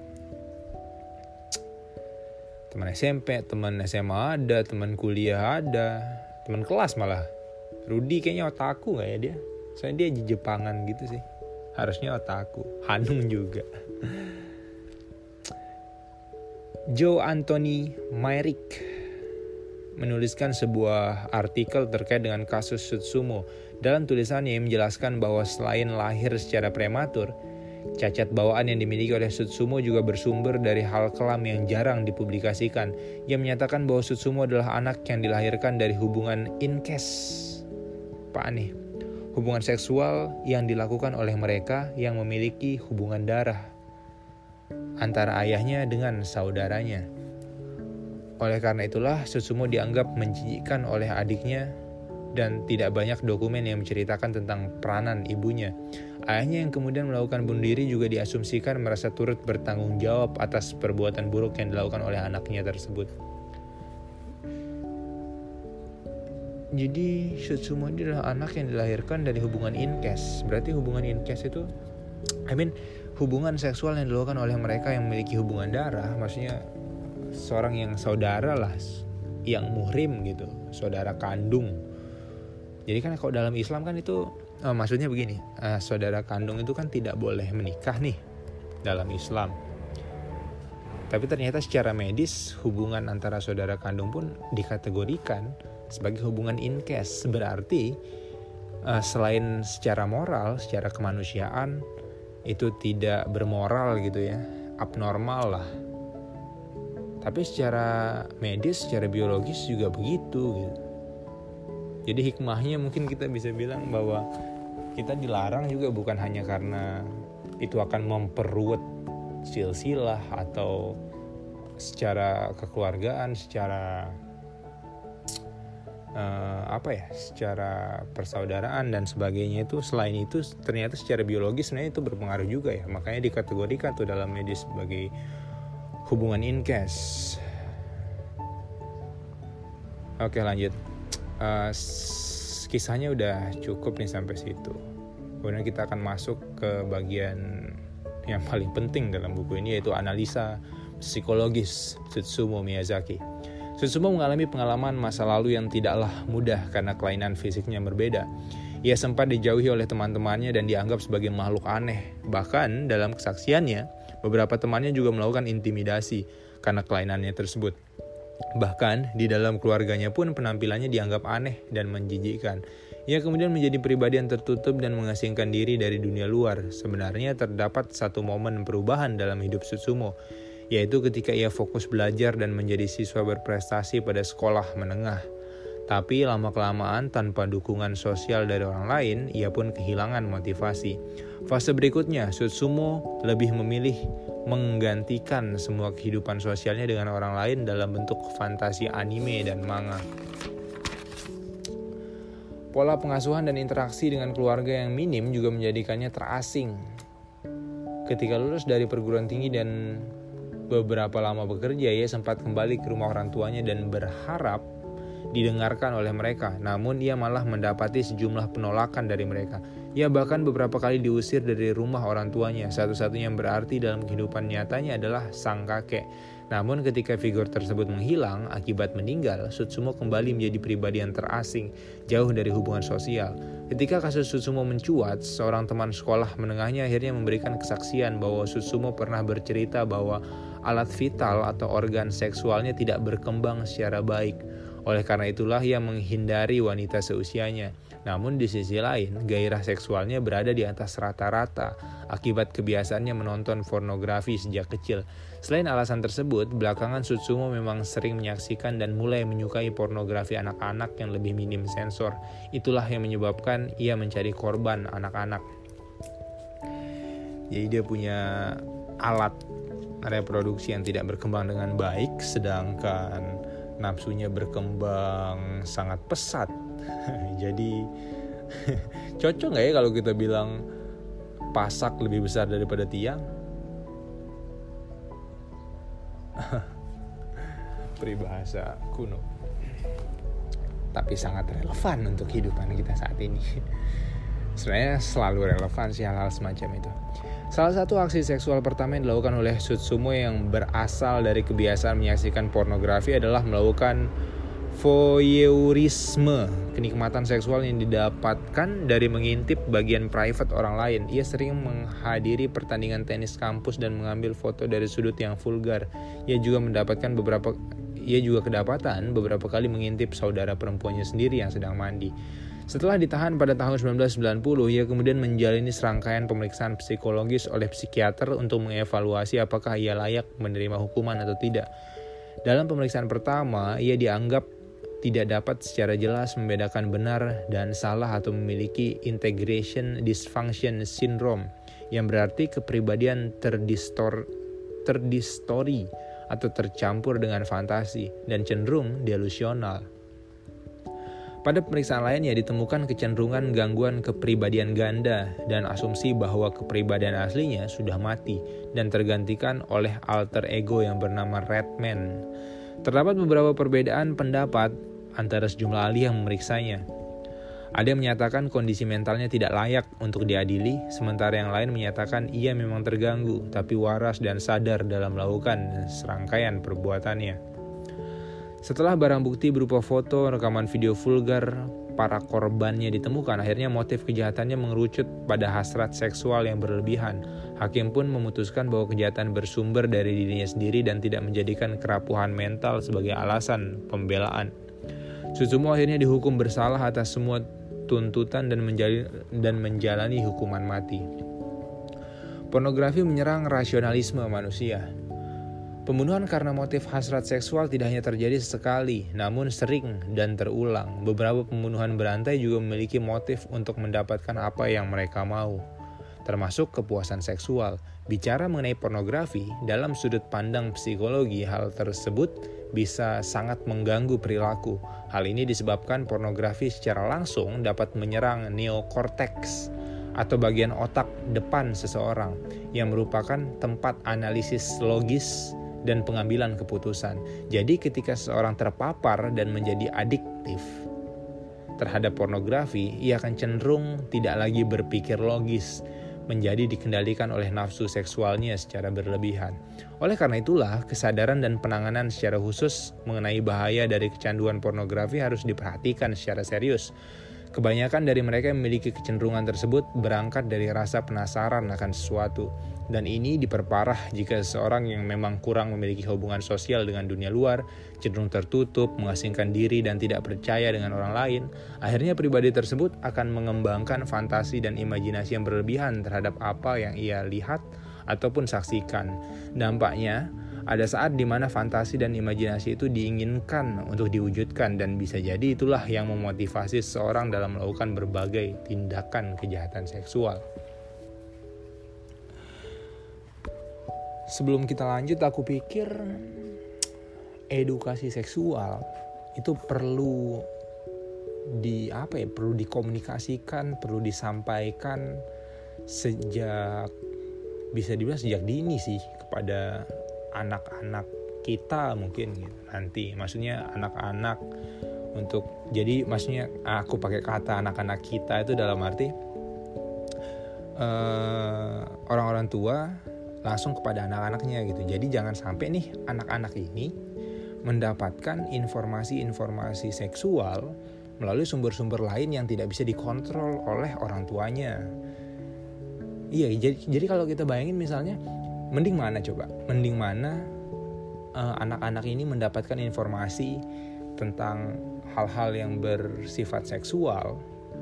Speaker 2: Teman S M P, teman S M A ada, teman kuliah ada, teman kelas malah. Rudy kayaknya otaku gak ya dia? Soalnya dia Jepangan gitu sih. Harusnya otaku. Hanung juga. Joe Anthony Myrick menuliskan sebuah artikel terkait dengan kasus Sutsumo. Dalam tulisannya ia menjelaskan bahwa selain lahir secara prematur, cacat bawaan yang dimiliki oleh Sutsumo juga bersumber dari hal kelam yang jarang dipublikasikan. Ia menyatakan bahwa Sutsumo adalah anak yang dilahirkan dari hubungan incest. Apa aneh? Hubungan seksual yang dilakukan oleh mereka yang memiliki hubungan darah antara ayahnya dengan saudaranya. Oleh karena itulah Sutsumo dianggap menjijikkan oleh adiknya dan tidak banyak dokumen yang menceritakan tentang peranan ibunya. Ayahnya yang kemudian melakukan bunuh diri juga diasumsikan merasa turut bertanggung jawab atas perbuatan buruk yang dilakukan oleh anaknya tersebut. Jadi Sutsumo ini adalah anak yang dilahirkan dari hubungan incest. Berarti hubungan incest itu I mean hubungan seksual yang dilakukan oleh mereka yang memiliki hubungan darah, maksudnya seorang yang saudara lah, yang muhrim gitu, saudara kandung. Jadi kan kalau dalam Islam kan itu oh, maksudnya begini, uh, saudara kandung itu kan tidak boleh menikah nih dalam Islam. Tapi ternyata secara medis hubungan antara saudara kandung pun dikategorikan sebagai hubungan incest. Berarti uh, selain secara moral, secara kemanusiaan itu tidak bermoral gitu ya, abnormal lah. Tapi secara medis, secara biologis juga begitu gitu. Jadi hikmahnya mungkin kita bisa bilang bahwa kita dilarang juga bukan hanya karena itu akan memperruwet silsilah atau secara kekeluargaan, secara uh, apa ya, secara persaudaraan dan sebagainya. Itu selain itu ternyata secara biologis sebenarnya itu berpengaruh juga ya. Makanya dikategorikan tuh dalam medis sebagai hubungan incest. Oke lanjut. Uh, kisahnya udah cukup nih sampai situ. Kemudian kita akan masuk ke bagian yang paling penting dalam buku ini, yaitu analisa psikologis Sutsumo Miyazaki. Sutsumo mengalami pengalaman masa lalu yang tidaklah mudah karena kelainan fisiknya berbeda. Ia sempat dijauhi oleh teman-temannya dan dianggap sebagai makhluk aneh. Bahkan dalam kesaksiannya, beberapa temannya juga melakukan intimidasi karena kelainannya tersebut. Bahkan di dalam keluarganya pun penampilannya dianggap aneh dan menjijikkan. Ia kemudian menjadi pribadi yang tertutup dan mengasingkan diri dari dunia luar. Sebenarnya terdapat satu momen perubahan dalam hidup Sutsumo, yaitu ketika ia fokus belajar dan menjadi siswa berprestasi pada sekolah menengah. Tapi lama-kelamaan tanpa dukungan sosial dari orang lain, ia pun kehilangan motivasi. Fase berikutnya, Sutsumo lebih memilih menggantikan semua kehidupan sosialnya dengan orang lain dalam bentuk fantasi anime dan manga. Pola pengasuhan dan interaksi dengan keluarga yang minim juga menjadikannya terasing. Ketika lulus dari perguruan tinggi dan beberapa lama bekerja, ia sempat kembali ke rumah orang tuanya dan berharap didengarkan oleh mereka. Namun ia malah mendapati sejumlah penolakan dari mereka. Ia bahkan beberapa kali diusir dari rumah orang tuanya. Satu-satunya yang berarti dalam kehidupan nyatanya adalah sang kakek. Namun ketika figur tersebut menghilang akibat meninggal, Sutsumo kembali menjadi pribadi yang terasing, jauh dari hubungan sosial. Ketika kasus Sutsumo mencuat, seorang teman sekolah menengahnya akhirnya memberikan kesaksian bahwa Sutsumo pernah bercerita bahwa alat vital atau organ seksualnya tidak berkembang secara baik. Oleh karena itulah ia menghindari wanita seusianya. Namun di sisi lain, gairah seksualnya berada di atas rata-rata akibat kebiasaannya menonton pornografi sejak kecil. Selain alasan tersebut, belakangan Sutsumo memang sering menyaksikan dan mulai menyukai pornografi anak-anak yang lebih minim sensor. Itulah yang menyebabkan ia mencari korban anak-anak. Jadi dia punya alat reproduksi yang tidak berkembang dengan baik, sedangkan nafsunya berkembang sangat pesat. Jadi cocok gak ya kalau kita bilang pasak lebih besar daripada tiang? Peribahasa kuno, tapi sangat relevan untuk kehidupan kita saat ini. Sebenarnya selalu relevan sih hal-hal semacam itu. Salah satu aksi seksual pertama yang dilakukan oleh Sutsumo yang berasal dari kebiasaan menyaksikan pornografi adalah melakukan voyeurisme, kenikmatan seksual yang didapatkan dari mengintip bagian private orang lain. Ia sering menghadiri pertandingan tenis kampus dan mengambil foto dari sudut yang vulgar. Ia juga mendapatkan beberapa ia juga kedapatan beberapa kali mengintip saudara perempuannya sendiri yang sedang mandi. Setelah ditahan pada tahun sembilan belas sembilan puluh, ia kemudian menjalani serangkaian pemeriksaan psikologis oleh psikiater untuk mengevaluasi apakah ia layak menerima hukuman atau tidak. Dalam pemeriksaan pertama, ia dianggap tidak dapat secara jelas membedakan benar dan salah atau memiliki integration dysfunction syndrome, yang berarti kepribadian terdistor, terdistori atau tercampur dengan fantasi dan cenderung delusional. Pada pemeriksaan lain, ia ditemukan kecenderungan gangguan kepribadian ganda dan asumsi bahwa kepribadian aslinya sudah mati dan tergantikan oleh alter ego yang bernama Redman. Terdapat beberapa perbedaan pendapat antara sejumlah ahli yang memeriksanya. Ada yang menyatakan kondisi mentalnya tidak layak untuk diadili, sementara yang lain menyatakan ia memang terganggu, tapi waras dan sadar dalam melakukan serangkaian perbuatannya. Setelah barang bukti berupa foto, rekaman video vulgar para korbannya ditemukan, akhirnya motif kejahatannya mengerucut pada hasrat seksual yang berlebihan. Hakim pun memutuskan bahwa kejahatan bersumber dari dirinya sendiri dan tidak menjadikan kerapuhan mental sebagai alasan pembelaan. Sutsumo akhirnya dihukum bersalah atas semua tuntutan dan menjalani, dan menjalani hukuman mati. Pornografi menyerang rasionalisme manusia. Pembunuhan karena motif hasrat seksual tidak hanya terjadi sesekali, namun sering dan terulang. Beberapa pembunuhan berantai juga memiliki motif untuk mendapatkan apa yang mereka mau, termasuk kepuasan seksual. Bicara mengenai pornografi, dalam sudut pandang psikologi, hal tersebut bisa sangat mengganggu perilaku. Hal ini disebabkan pornografi secara langsung dapat menyerang neokorteks atau bagian otak depan seseorang yang merupakan tempat analisis logis dan pengambilan keputusan. Jadi ketika seseorang terpapar dan menjadi adiktif terhadap pornografi, ia akan cenderung tidak lagi berpikir logis, menjadi dikendalikan oleh nafsu seksualnya secara berlebihan. Oleh karena itulah, kesadaran dan penanganan secara khusus mengenai bahaya dari kecanduan pornografi harus diperhatikan secara serius. Kebanyakan dari mereka yang memiliki kecenderungan tersebut berangkat dari rasa penasaran akan sesuatu. Dan ini diperparah jika seseorang yang memang kurang memiliki hubungan sosial dengan dunia luar, cenderung tertutup, mengasingkan diri dan tidak percaya dengan orang lain. Akhirnya pribadi tersebut akan mengembangkan fantasi dan imajinasi yang berlebihan terhadap apa yang ia lihat ataupun saksikan. Dampaknya, ada saat di mana fantasi dan imajinasi itu diinginkan untuk diwujudkan, dan bisa jadi itulah yang memotivasi seseorang dalam melakukan berbagai tindakan kejahatan seksual. Sebelum kita lanjut, aku pikir edukasi seksual itu perlu di apa ya, perlu dikomunikasikan, perlu disampaikan sejak bisa dibilang sejak dini sih kepada anak-anak kita mungkin gitu. Nanti maksudnya anak-anak untuk jadi maksudnya aku pakai kata anak-anak kita itu dalam arti uh, orang-orang tua langsung kepada anak-anaknya gitu. Jadi jangan sampai nih anak-anak ini mendapatkan informasi-informasi seksual melalui sumber-sumber lain yang tidak bisa dikontrol oleh orang tuanya. Iya, jadi, jadi kalau kita bayangin misalnya, mending mana coba? Mending mana uh, anak-anak ini mendapatkan informasi tentang hal-hal yang bersifat seksual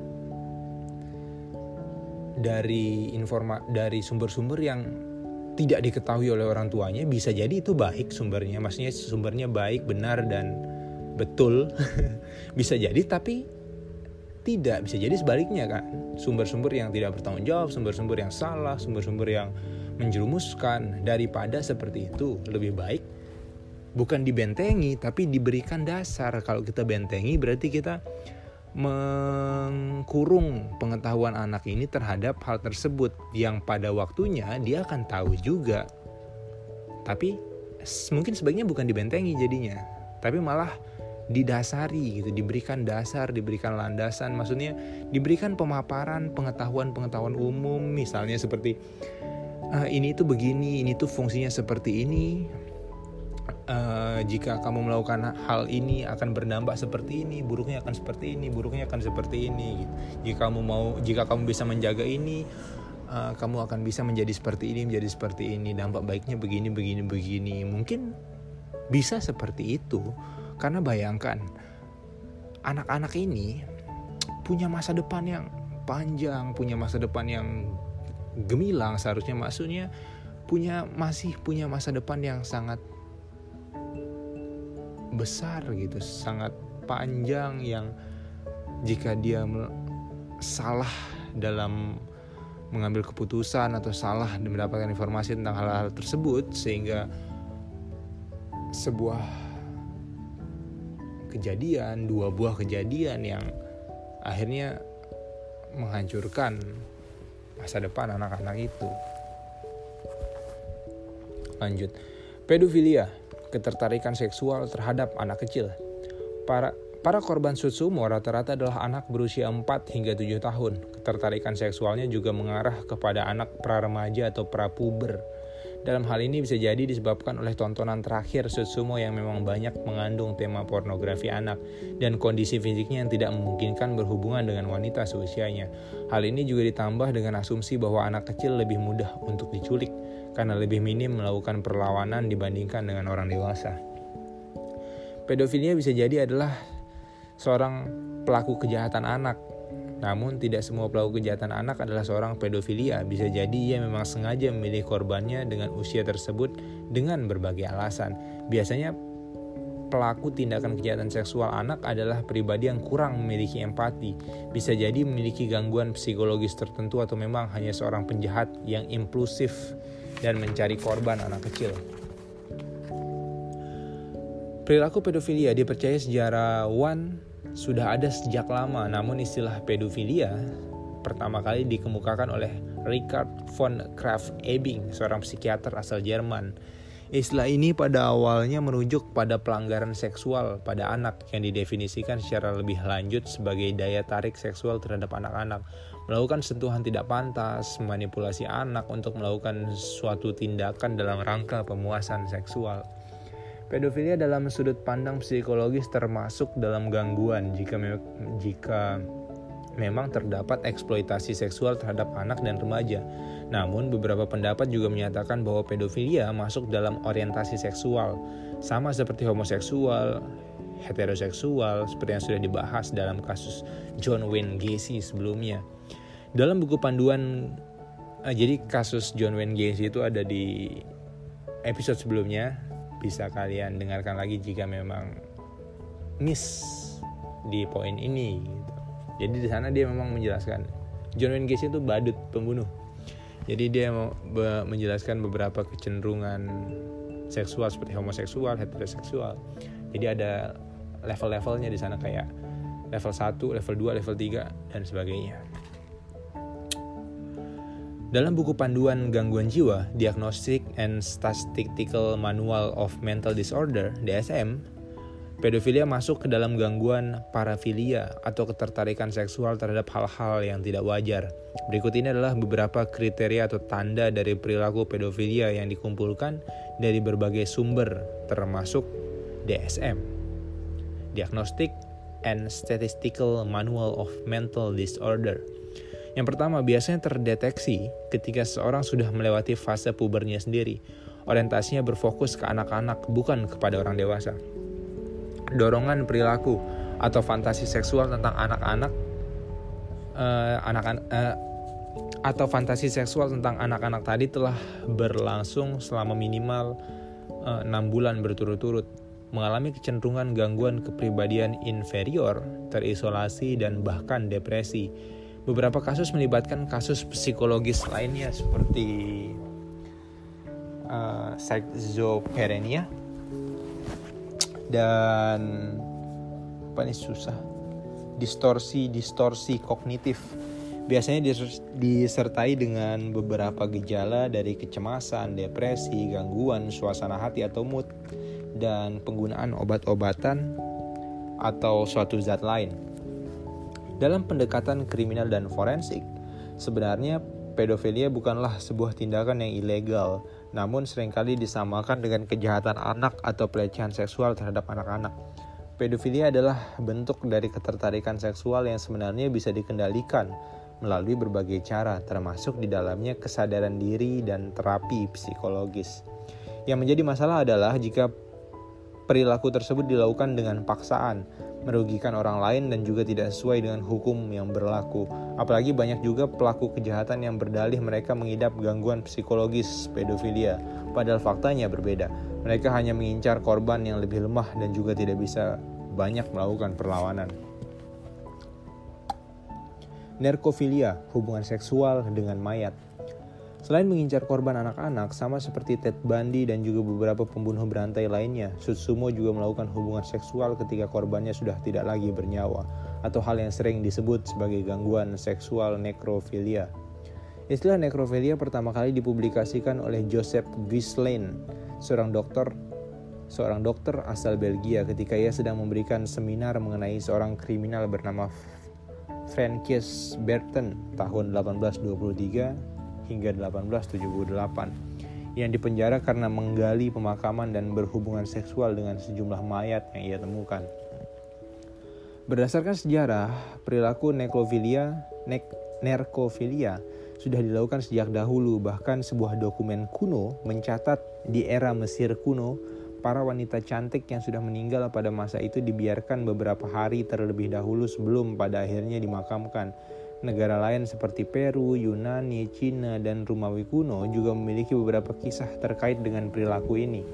Speaker 2: dari informa dari sumber-sumber yang tidak diketahui oleh orang tuanya, bisa jadi itu baik sumbernya, maksudnya sumbernya baik, benar dan betul. Bisa jadi, tapi tidak, bisa jadi sebaliknya kan. Sumber-sumber yang tidak bertanggung jawab, sumber-sumber yang salah, sumber-sumber yang menjerumuskan. Daripada seperti itu, lebih baik bukan dibentengi tapi diberikan dasar. Kalau kita bentengi berarti kita mengkurung pengetahuan anak ini terhadap hal tersebut yang pada waktunya dia akan tahu juga. Tapi mungkin sebaiknya bukan dibentengi jadinya, tapi malah didasari gitu, diberikan dasar, diberikan landasan, maksudnya diberikan pemaparan pengetahuan-pengetahuan umum, misalnya seperti uh, ini tuh begini, ini tuh fungsinya seperti ini. Uh, jika kamu melakukan hal ini akan berdampak seperti ini, buruknya akan seperti ini, buruknya akan seperti ini. Gitu. Jika kamu mau, jika kamu bisa menjaga ini, uh, kamu akan bisa menjadi seperti ini, menjadi seperti ini. Dampak baiknya begini, begini, begini. Mungkin bisa seperti itu, karena bayangkan anak-anak ini punya masa depan yang panjang, punya masa depan yang gemilang seharusnya, maksudnya punya masih punya masa depan yang sangat besar gitu, sangat panjang, yang jika dia salah dalam mengambil keputusan atau salah mendapatkan informasi tentang hal-hal tersebut, sehingga sebuah kejadian, dua buah kejadian yang akhirnya menghancurkan masa depan anak-anak itu. Lanjut, pedofilia, ketertarikan seksual terhadap anak kecil. Para para korban Sutsumo rata-rata adalah anak berusia empat hingga tujuh tahun. Ketertarikan seksualnya juga mengarah kepada anak pra-remaja atau pra-puber. Dalam hal ini bisa jadi disebabkan oleh tontonan terakhir Sutsumo yang memang banyak mengandung tema pornografi anak dan kondisi fisiknya yang tidak memungkinkan berhubungan dengan wanita seusianya. Hal ini juga ditambah dengan asumsi bahwa anak kecil lebih mudah untuk diculik karena lebih minim melakukan perlawanan dibandingkan dengan orang dewasa. Pedofilia bisa jadi adalah seorang pelaku kejahatan anak. Namun tidak semua pelaku kejahatan anak adalah seorang pedofilia. Bisa jadi ia memang sengaja memilih korbannya dengan usia tersebut dengan berbagai alasan. Biasanya pelaku tindakan kejahatan seksual anak adalah pribadi yang kurang memiliki empati. Bisa jadi memiliki gangguan psikologis tertentu atau memang hanya seorang penjahat yang impulsif dan mencari korban anak kecil. Perilaku pedofilia dipercaya sejarawan sudah ada sejak lama, namun istilah pedofilia pertama kali dikemukakan oleh Richard von Krafft-Ebing, seorang psikiater asal Jerman. Istilah ini pada awalnya merujuk pada pelanggaran seksual pada anak yang didefinisikan secara lebih lanjut sebagai daya tarik seksual terhadap anak-anak, melakukan sentuhan tidak pantas, manipulasi anak untuk melakukan suatu tindakan dalam rangka pemuasan seksual. Pedofilia dalam sudut pandang psikologis termasuk dalam gangguan jika me- jika memang terdapat eksploitasi seksual terhadap anak dan remaja. Namun beberapa pendapat juga menyatakan bahwa pedofilia masuk dalam orientasi seksual, sama seperti homoseksual, heteroseksual, seperti yang sudah dibahas dalam kasus John Wayne Gacy sebelumnya. Dalam buku panduan, eh, jadi kasus John Wayne Gacy itu ada di episode sebelumnya, bisa kalian dengarkan lagi jika memang miss di poin ini. Gitu. Jadi di sana dia memang menjelaskan John Wayne Gacy itu badut pembunuh. Jadi dia mau be- menjelaskan beberapa kecenderungan seksual seperti homoseksual, heteroseksual. Jadi ada level-levelnya di sana, kayak level satu, level dua, level tiga dan sebagainya. Dalam buku panduan gangguan jiwa, Diagnostic and Statistical Manual of Mental Disorder, D S M, pedofilia masuk ke dalam gangguan parafilia atau ketertarikan seksual terhadap hal-hal yang tidak wajar. Berikut ini adalah beberapa kriteria atau tanda dari perilaku pedofilia yang dikumpulkan dari berbagai sumber, termasuk D S M, Diagnostic and Statistical Manual of Mental Disorder. Yang pertama, biasanya terdeteksi ketika seseorang sudah melewati fase pubernya sendiri. Orientasinya berfokus ke anak-anak, bukan kepada orang dewasa. Dorongan perilaku atau fantasi seksual tentang anak-anak uh, anak-anak uh, atau fantasi seksual tentang anak-anak tadi telah berlangsung selama minimal uh, enam bulan berturut-turut, mengalami kecenderungan gangguan kepribadian inferior, terisolasi, dan bahkan depresi. Beberapa kasus melibatkan kasus psikologis lainnya seperti uh, schizophrenia dan apa nih susah distorsi-distorsi kognitif. Biasanya disertai dengan beberapa gejala dari kecemasan, depresi, gangguan suasana hati atau mood, dan penggunaan obat-obatan atau suatu zat lain. Dalam pendekatan kriminal dan forensik, sebenarnya pedofilia bukanlah sebuah tindakan yang ilegal, namun seringkali disamakan dengan kejahatan anak atau pelecehan seksual terhadap anak-anak. Pedofilia adalah bentuk dari ketertarikan seksual yang sebenarnya bisa dikendalikan melalui berbagai cara, termasuk di dalamnya kesadaran diri dan terapi psikologis. Yang menjadi masalah adalah jika perilaku tersebut dilakukan dengan paksaan, merugikan orang lain, dan juga tidak sesuai dengan hukum yang berlaku. Apalagi banyak juga pelaku kejahatan yang berdalih mereka mengidap gangguan psikologis pedofilia, padahal faktanya berbeda. Mereka hanya mengincar korban yang lebih lemah dan juga tidak bisa banyak melakukan perlawanan. Nekrofilia, hubungan seksual dengan mayat. Selain mengincar korban anak-anak, sama seperti Ted Bundy dan juga beberapa pembunuh berantai lainnya, Sutsumo juga melakukan hubungan seksual ketika korbannya sudah tidak lagi bernyawa, atau hal yang sering disebut sebagai gangguan seksual nekrofilia. Istilah nekrofilia pertama kali dipublikasikan oleh Joseph Ghislaine, seorang dokter seorang dokter asal Belgia ketika ia sedang memberikan seminar mengenai seorang kriminal bernama Francis Berton tahun delapan belas dua puluh tiga hingga delapan belas tujuh puluh delapan yang dipenjara karena menggali pemakaman dan berhubungan seksual dengan sejumlah mayat yang ia temukan. Berdasarkan sejarah, perilaku nekrofilia, nek, nerkofilia sudah dilakukan sejak dahulu. Bahkan sebuah dokumen kuno mencatat di era Mesir kuno, para wanita cantik yang sudah meninggal pada masa itu dibiarkan beberapa hari terlebih dahulu sebelum pada akhirnya dimakamkan. Negara lain seperti Peru, Yunani, Cina, dan Romawi kuno juga memiliki beberapa kisah terkait dengan perilaku ini.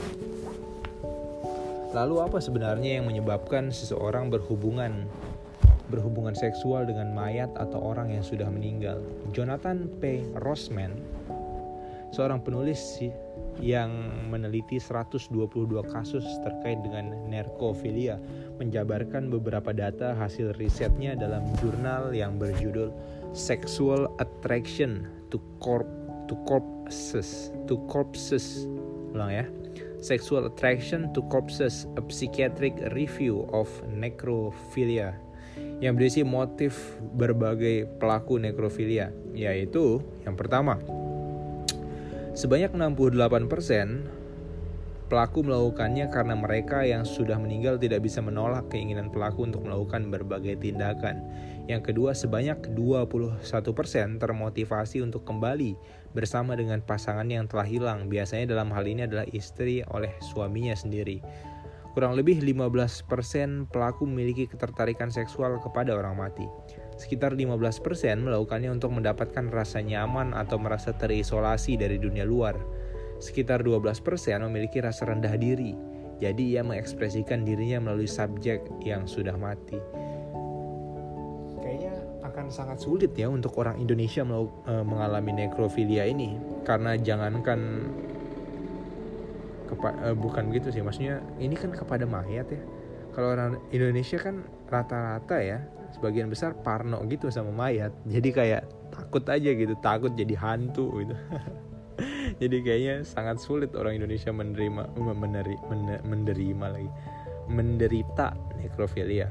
Speaker 2: Lalu apa sebenarnya yang menyebabkan seseorang berhubungan berhubungan seksual dengan mayat atau orang yang sudah meninggal? Jonathan P. Rossman, seorang penulis yang meneliti seratus dua puluh dua kasus terkait dengan nekrofilia, menjabarkan beberapa data hasil risetnya dalam jurnal yang berjudul Sexual Attraction to Corp to Corpses to Corpses. Ulang ya. Sexual Attraction to Corpses, a Psychiatric Review of Necrophilia, yang berisi motif berbagai pelaku nekrofilia, yaitu yang pertama, sebanyak enam puluh delapan persen pelaku melakukannya karena mereka yang sudah meninggal tidak bisa menolak keinginan pelaku untuk melakukan berbagai tindakan. Yang kedua, sebanyak dua puluh satu persen termotivasi untuk kembali bersama dengan pasangan yang telah hilang. Biasanya dalam hal ini adalah istri oleh suaminya sendiri. Kurang lebih lima belas persen pelaku memiliki ketertarikan seksual kepada orang mati. Sekitar lima belas persen melakukannya untuk mendapatkan rasa nyaman atau merasa terisolasi dari dunia luar. Sekitar dua belas persen memiliki rasa rendah diri, jadi ia mengekspresikan dirinya melalui subjek yang sudah mati. Kayaknya akan sangat sulit ya untuk orang Indonesia melau- e, mengalami nekrofilia ini, karena jangankan kepa- e, bukan gitu sih, maksudnya ini kan kepada mayat ya. Kalau orang Indonesia kan rata-rata ya, sebagian besar parno gitu sama mayat, jadi kayak takut aja gitu, takut jadi hantu gitu. Jadi kayaknya sangat sulit orang Indonesia menerima meneri, menerima lagi menderita nekrofilia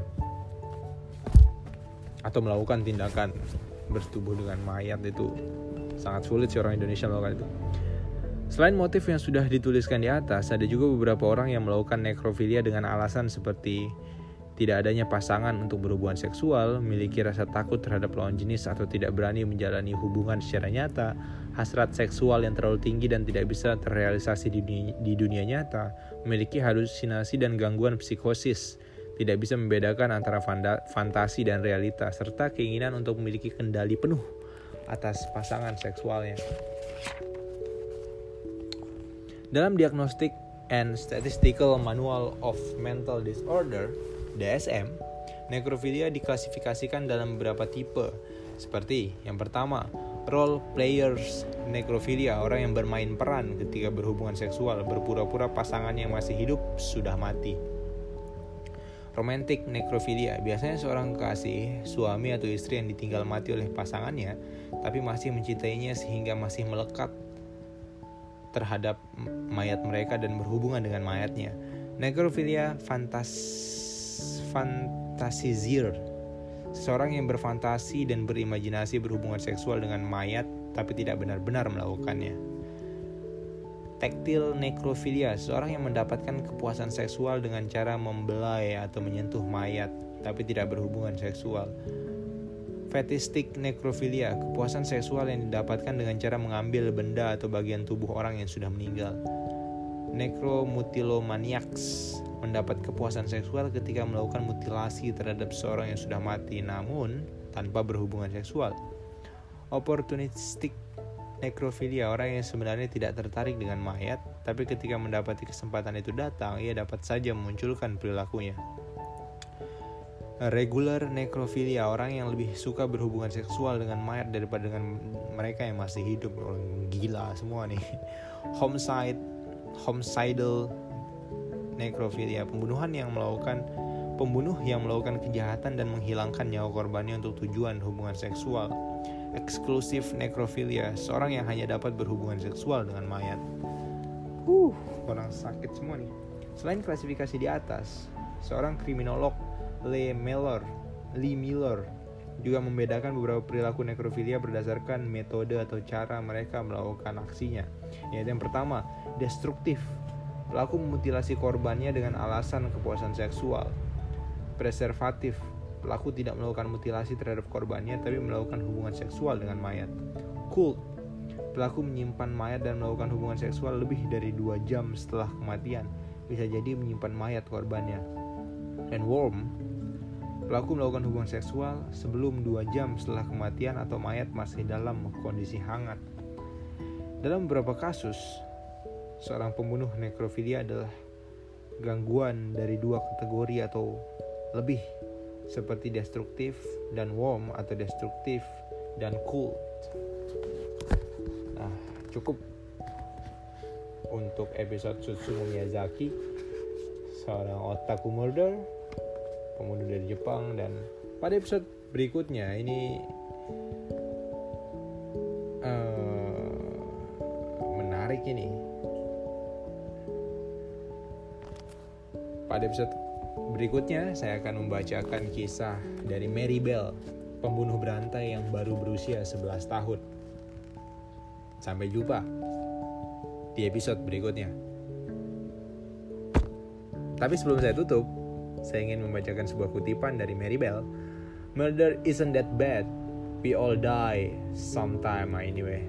Speaker 2: atau melakukan tindakan bersetubuh dengan mayat. Itu sangat sulit sih orang Indonesia melakukan itu. Selain motif yang sudah dituliskan di atas, ada juga beberapa orang yang melakukan nekrofilia dengan alasan seperti Tidak adanya pasangan untuk berhubungan seksual, memiliki rasa takut terhadap lawan jenis atau tidak berani menjalani hubungan secara nyata, hasrat seksual yang terlalu tinggi dan tidak bisa terrealisasi di dunia, di dunia nyata, memiliki halusinasi dan gangguan psikosis, tidak bisa membedakan antara fanda, fantasi dan realita, serta keinginan untuk memiliki kendali penuh atas pasangan seksualnya. Dalam Diagnostic and Statistical Manual of Mental Disorder D S M, nekrofilia diklasifikasikan dalam beberapa tipe, seperti yang pertama, role players nekrofilia, orang yang bermain peran ketika berhubungan seksual, berpura-pura pasangan yang masih hidup sudah mati. Romantic nekrofilia, biasanya seorang kekasih, suami atau istri yang ditinggal mati oleh pasangannya, tapi masih mencintainya sehingga masih melekat terhadap mayat mereka dan berhubungan dengan mayatnya. Nekrofilia fantas fantasizir, seseorang yang berfantasi dan berimajinasi berhubungan seksual dengan mayat tapi tidak benar-benar melakukannya. Taktil nekrofilia, seseorang yang mendapatkan kepuasan seksual dengan cara membelai atau menyentuh mayat tapi tidak berhubungan seksual. Fetistik nekrofilia, kepuasan seksual yang didapatkan dengan cara mengambil benda atau bagian tubuh orang yang sudah meninggal. Nekromutilomaniaks, mendapat kepuasan seksual ketika melakukan mutilasi terhadap seorang yang sudah mati namun tanpa berhubungan seksual. Opportunistic nekrofilia, orang yang sebenarnya tidak tertarik dengan mayat, tapi ketika mendapati kesempatan itu datang, ia dapat saja memunculkan perilakunya. Regular nekrofilia, orang yang lebih suka berhubungan seksual dengan mayat daripada dengan mereka yang masih hidup. Orang gila semua nih. Homicide, homicidal nekrofilia, pembunuhan yang melakukan pembunuh yang melakukan kejahatan dan menghilangkan nyawa korbannya untuk tujuan hubungan seksual. Eksklusif nekrofilia, seorang yang hanya dapat berhubungan seksual dengan mayat. Uh, orang sakit semua nih. Selain klasifikasi di atas, seorang kriminolog Lee Miller, Lee Miller juga membedakan beberapa perilaku nekrofilia berdasarkan metode atau cara mereka melakukan aksinya. Yaitu yang pertama, destruktif. Pelaku memutilasi korbannya dengan alasan kepuasan seksual. Preservatif. Pelaku tidak melakukan mutilasi terhadap korbannya tapi melakukan hubungan seksual dengan mayat. Cult. Pelaku menyimpan mayat dan melakukan hubungan seksual lebih dari dua jam setelah kematian. Bisa jadi menyimpan mayat korbannya. And warm. Pelaku melakukan hubungan seksual sebelum dua jam setelah kematian atau mayat masih dalam kondisi hangat. Dalam beberapa kasus, seorang pembunuh nekrofilia adalah gangguan dari dua kategori atau lebih, seperti destruktif dan warm atau destruktif dan cool. Nah, cukup untuk episode Susumu Miyazaki, seorang otaku murder, pembunuh dari Jepang. Dan pada episode berikutnya ini uh, menarik ini. Pada episode berikutnya saya akan membacakan kisah dari Mary Bell, pembunuh berantai yang baru berusia sebelas tahun. Sampai jumpa di episode berikutnya. Tapi sebelum saya tutup, saya ingin membacakan sebuah kutipan dari Mary Bell. Murder isn't that bad. We all die sometime anyway.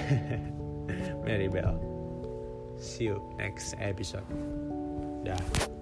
Speaker 2: Mary Bell. See you next episode. Dah.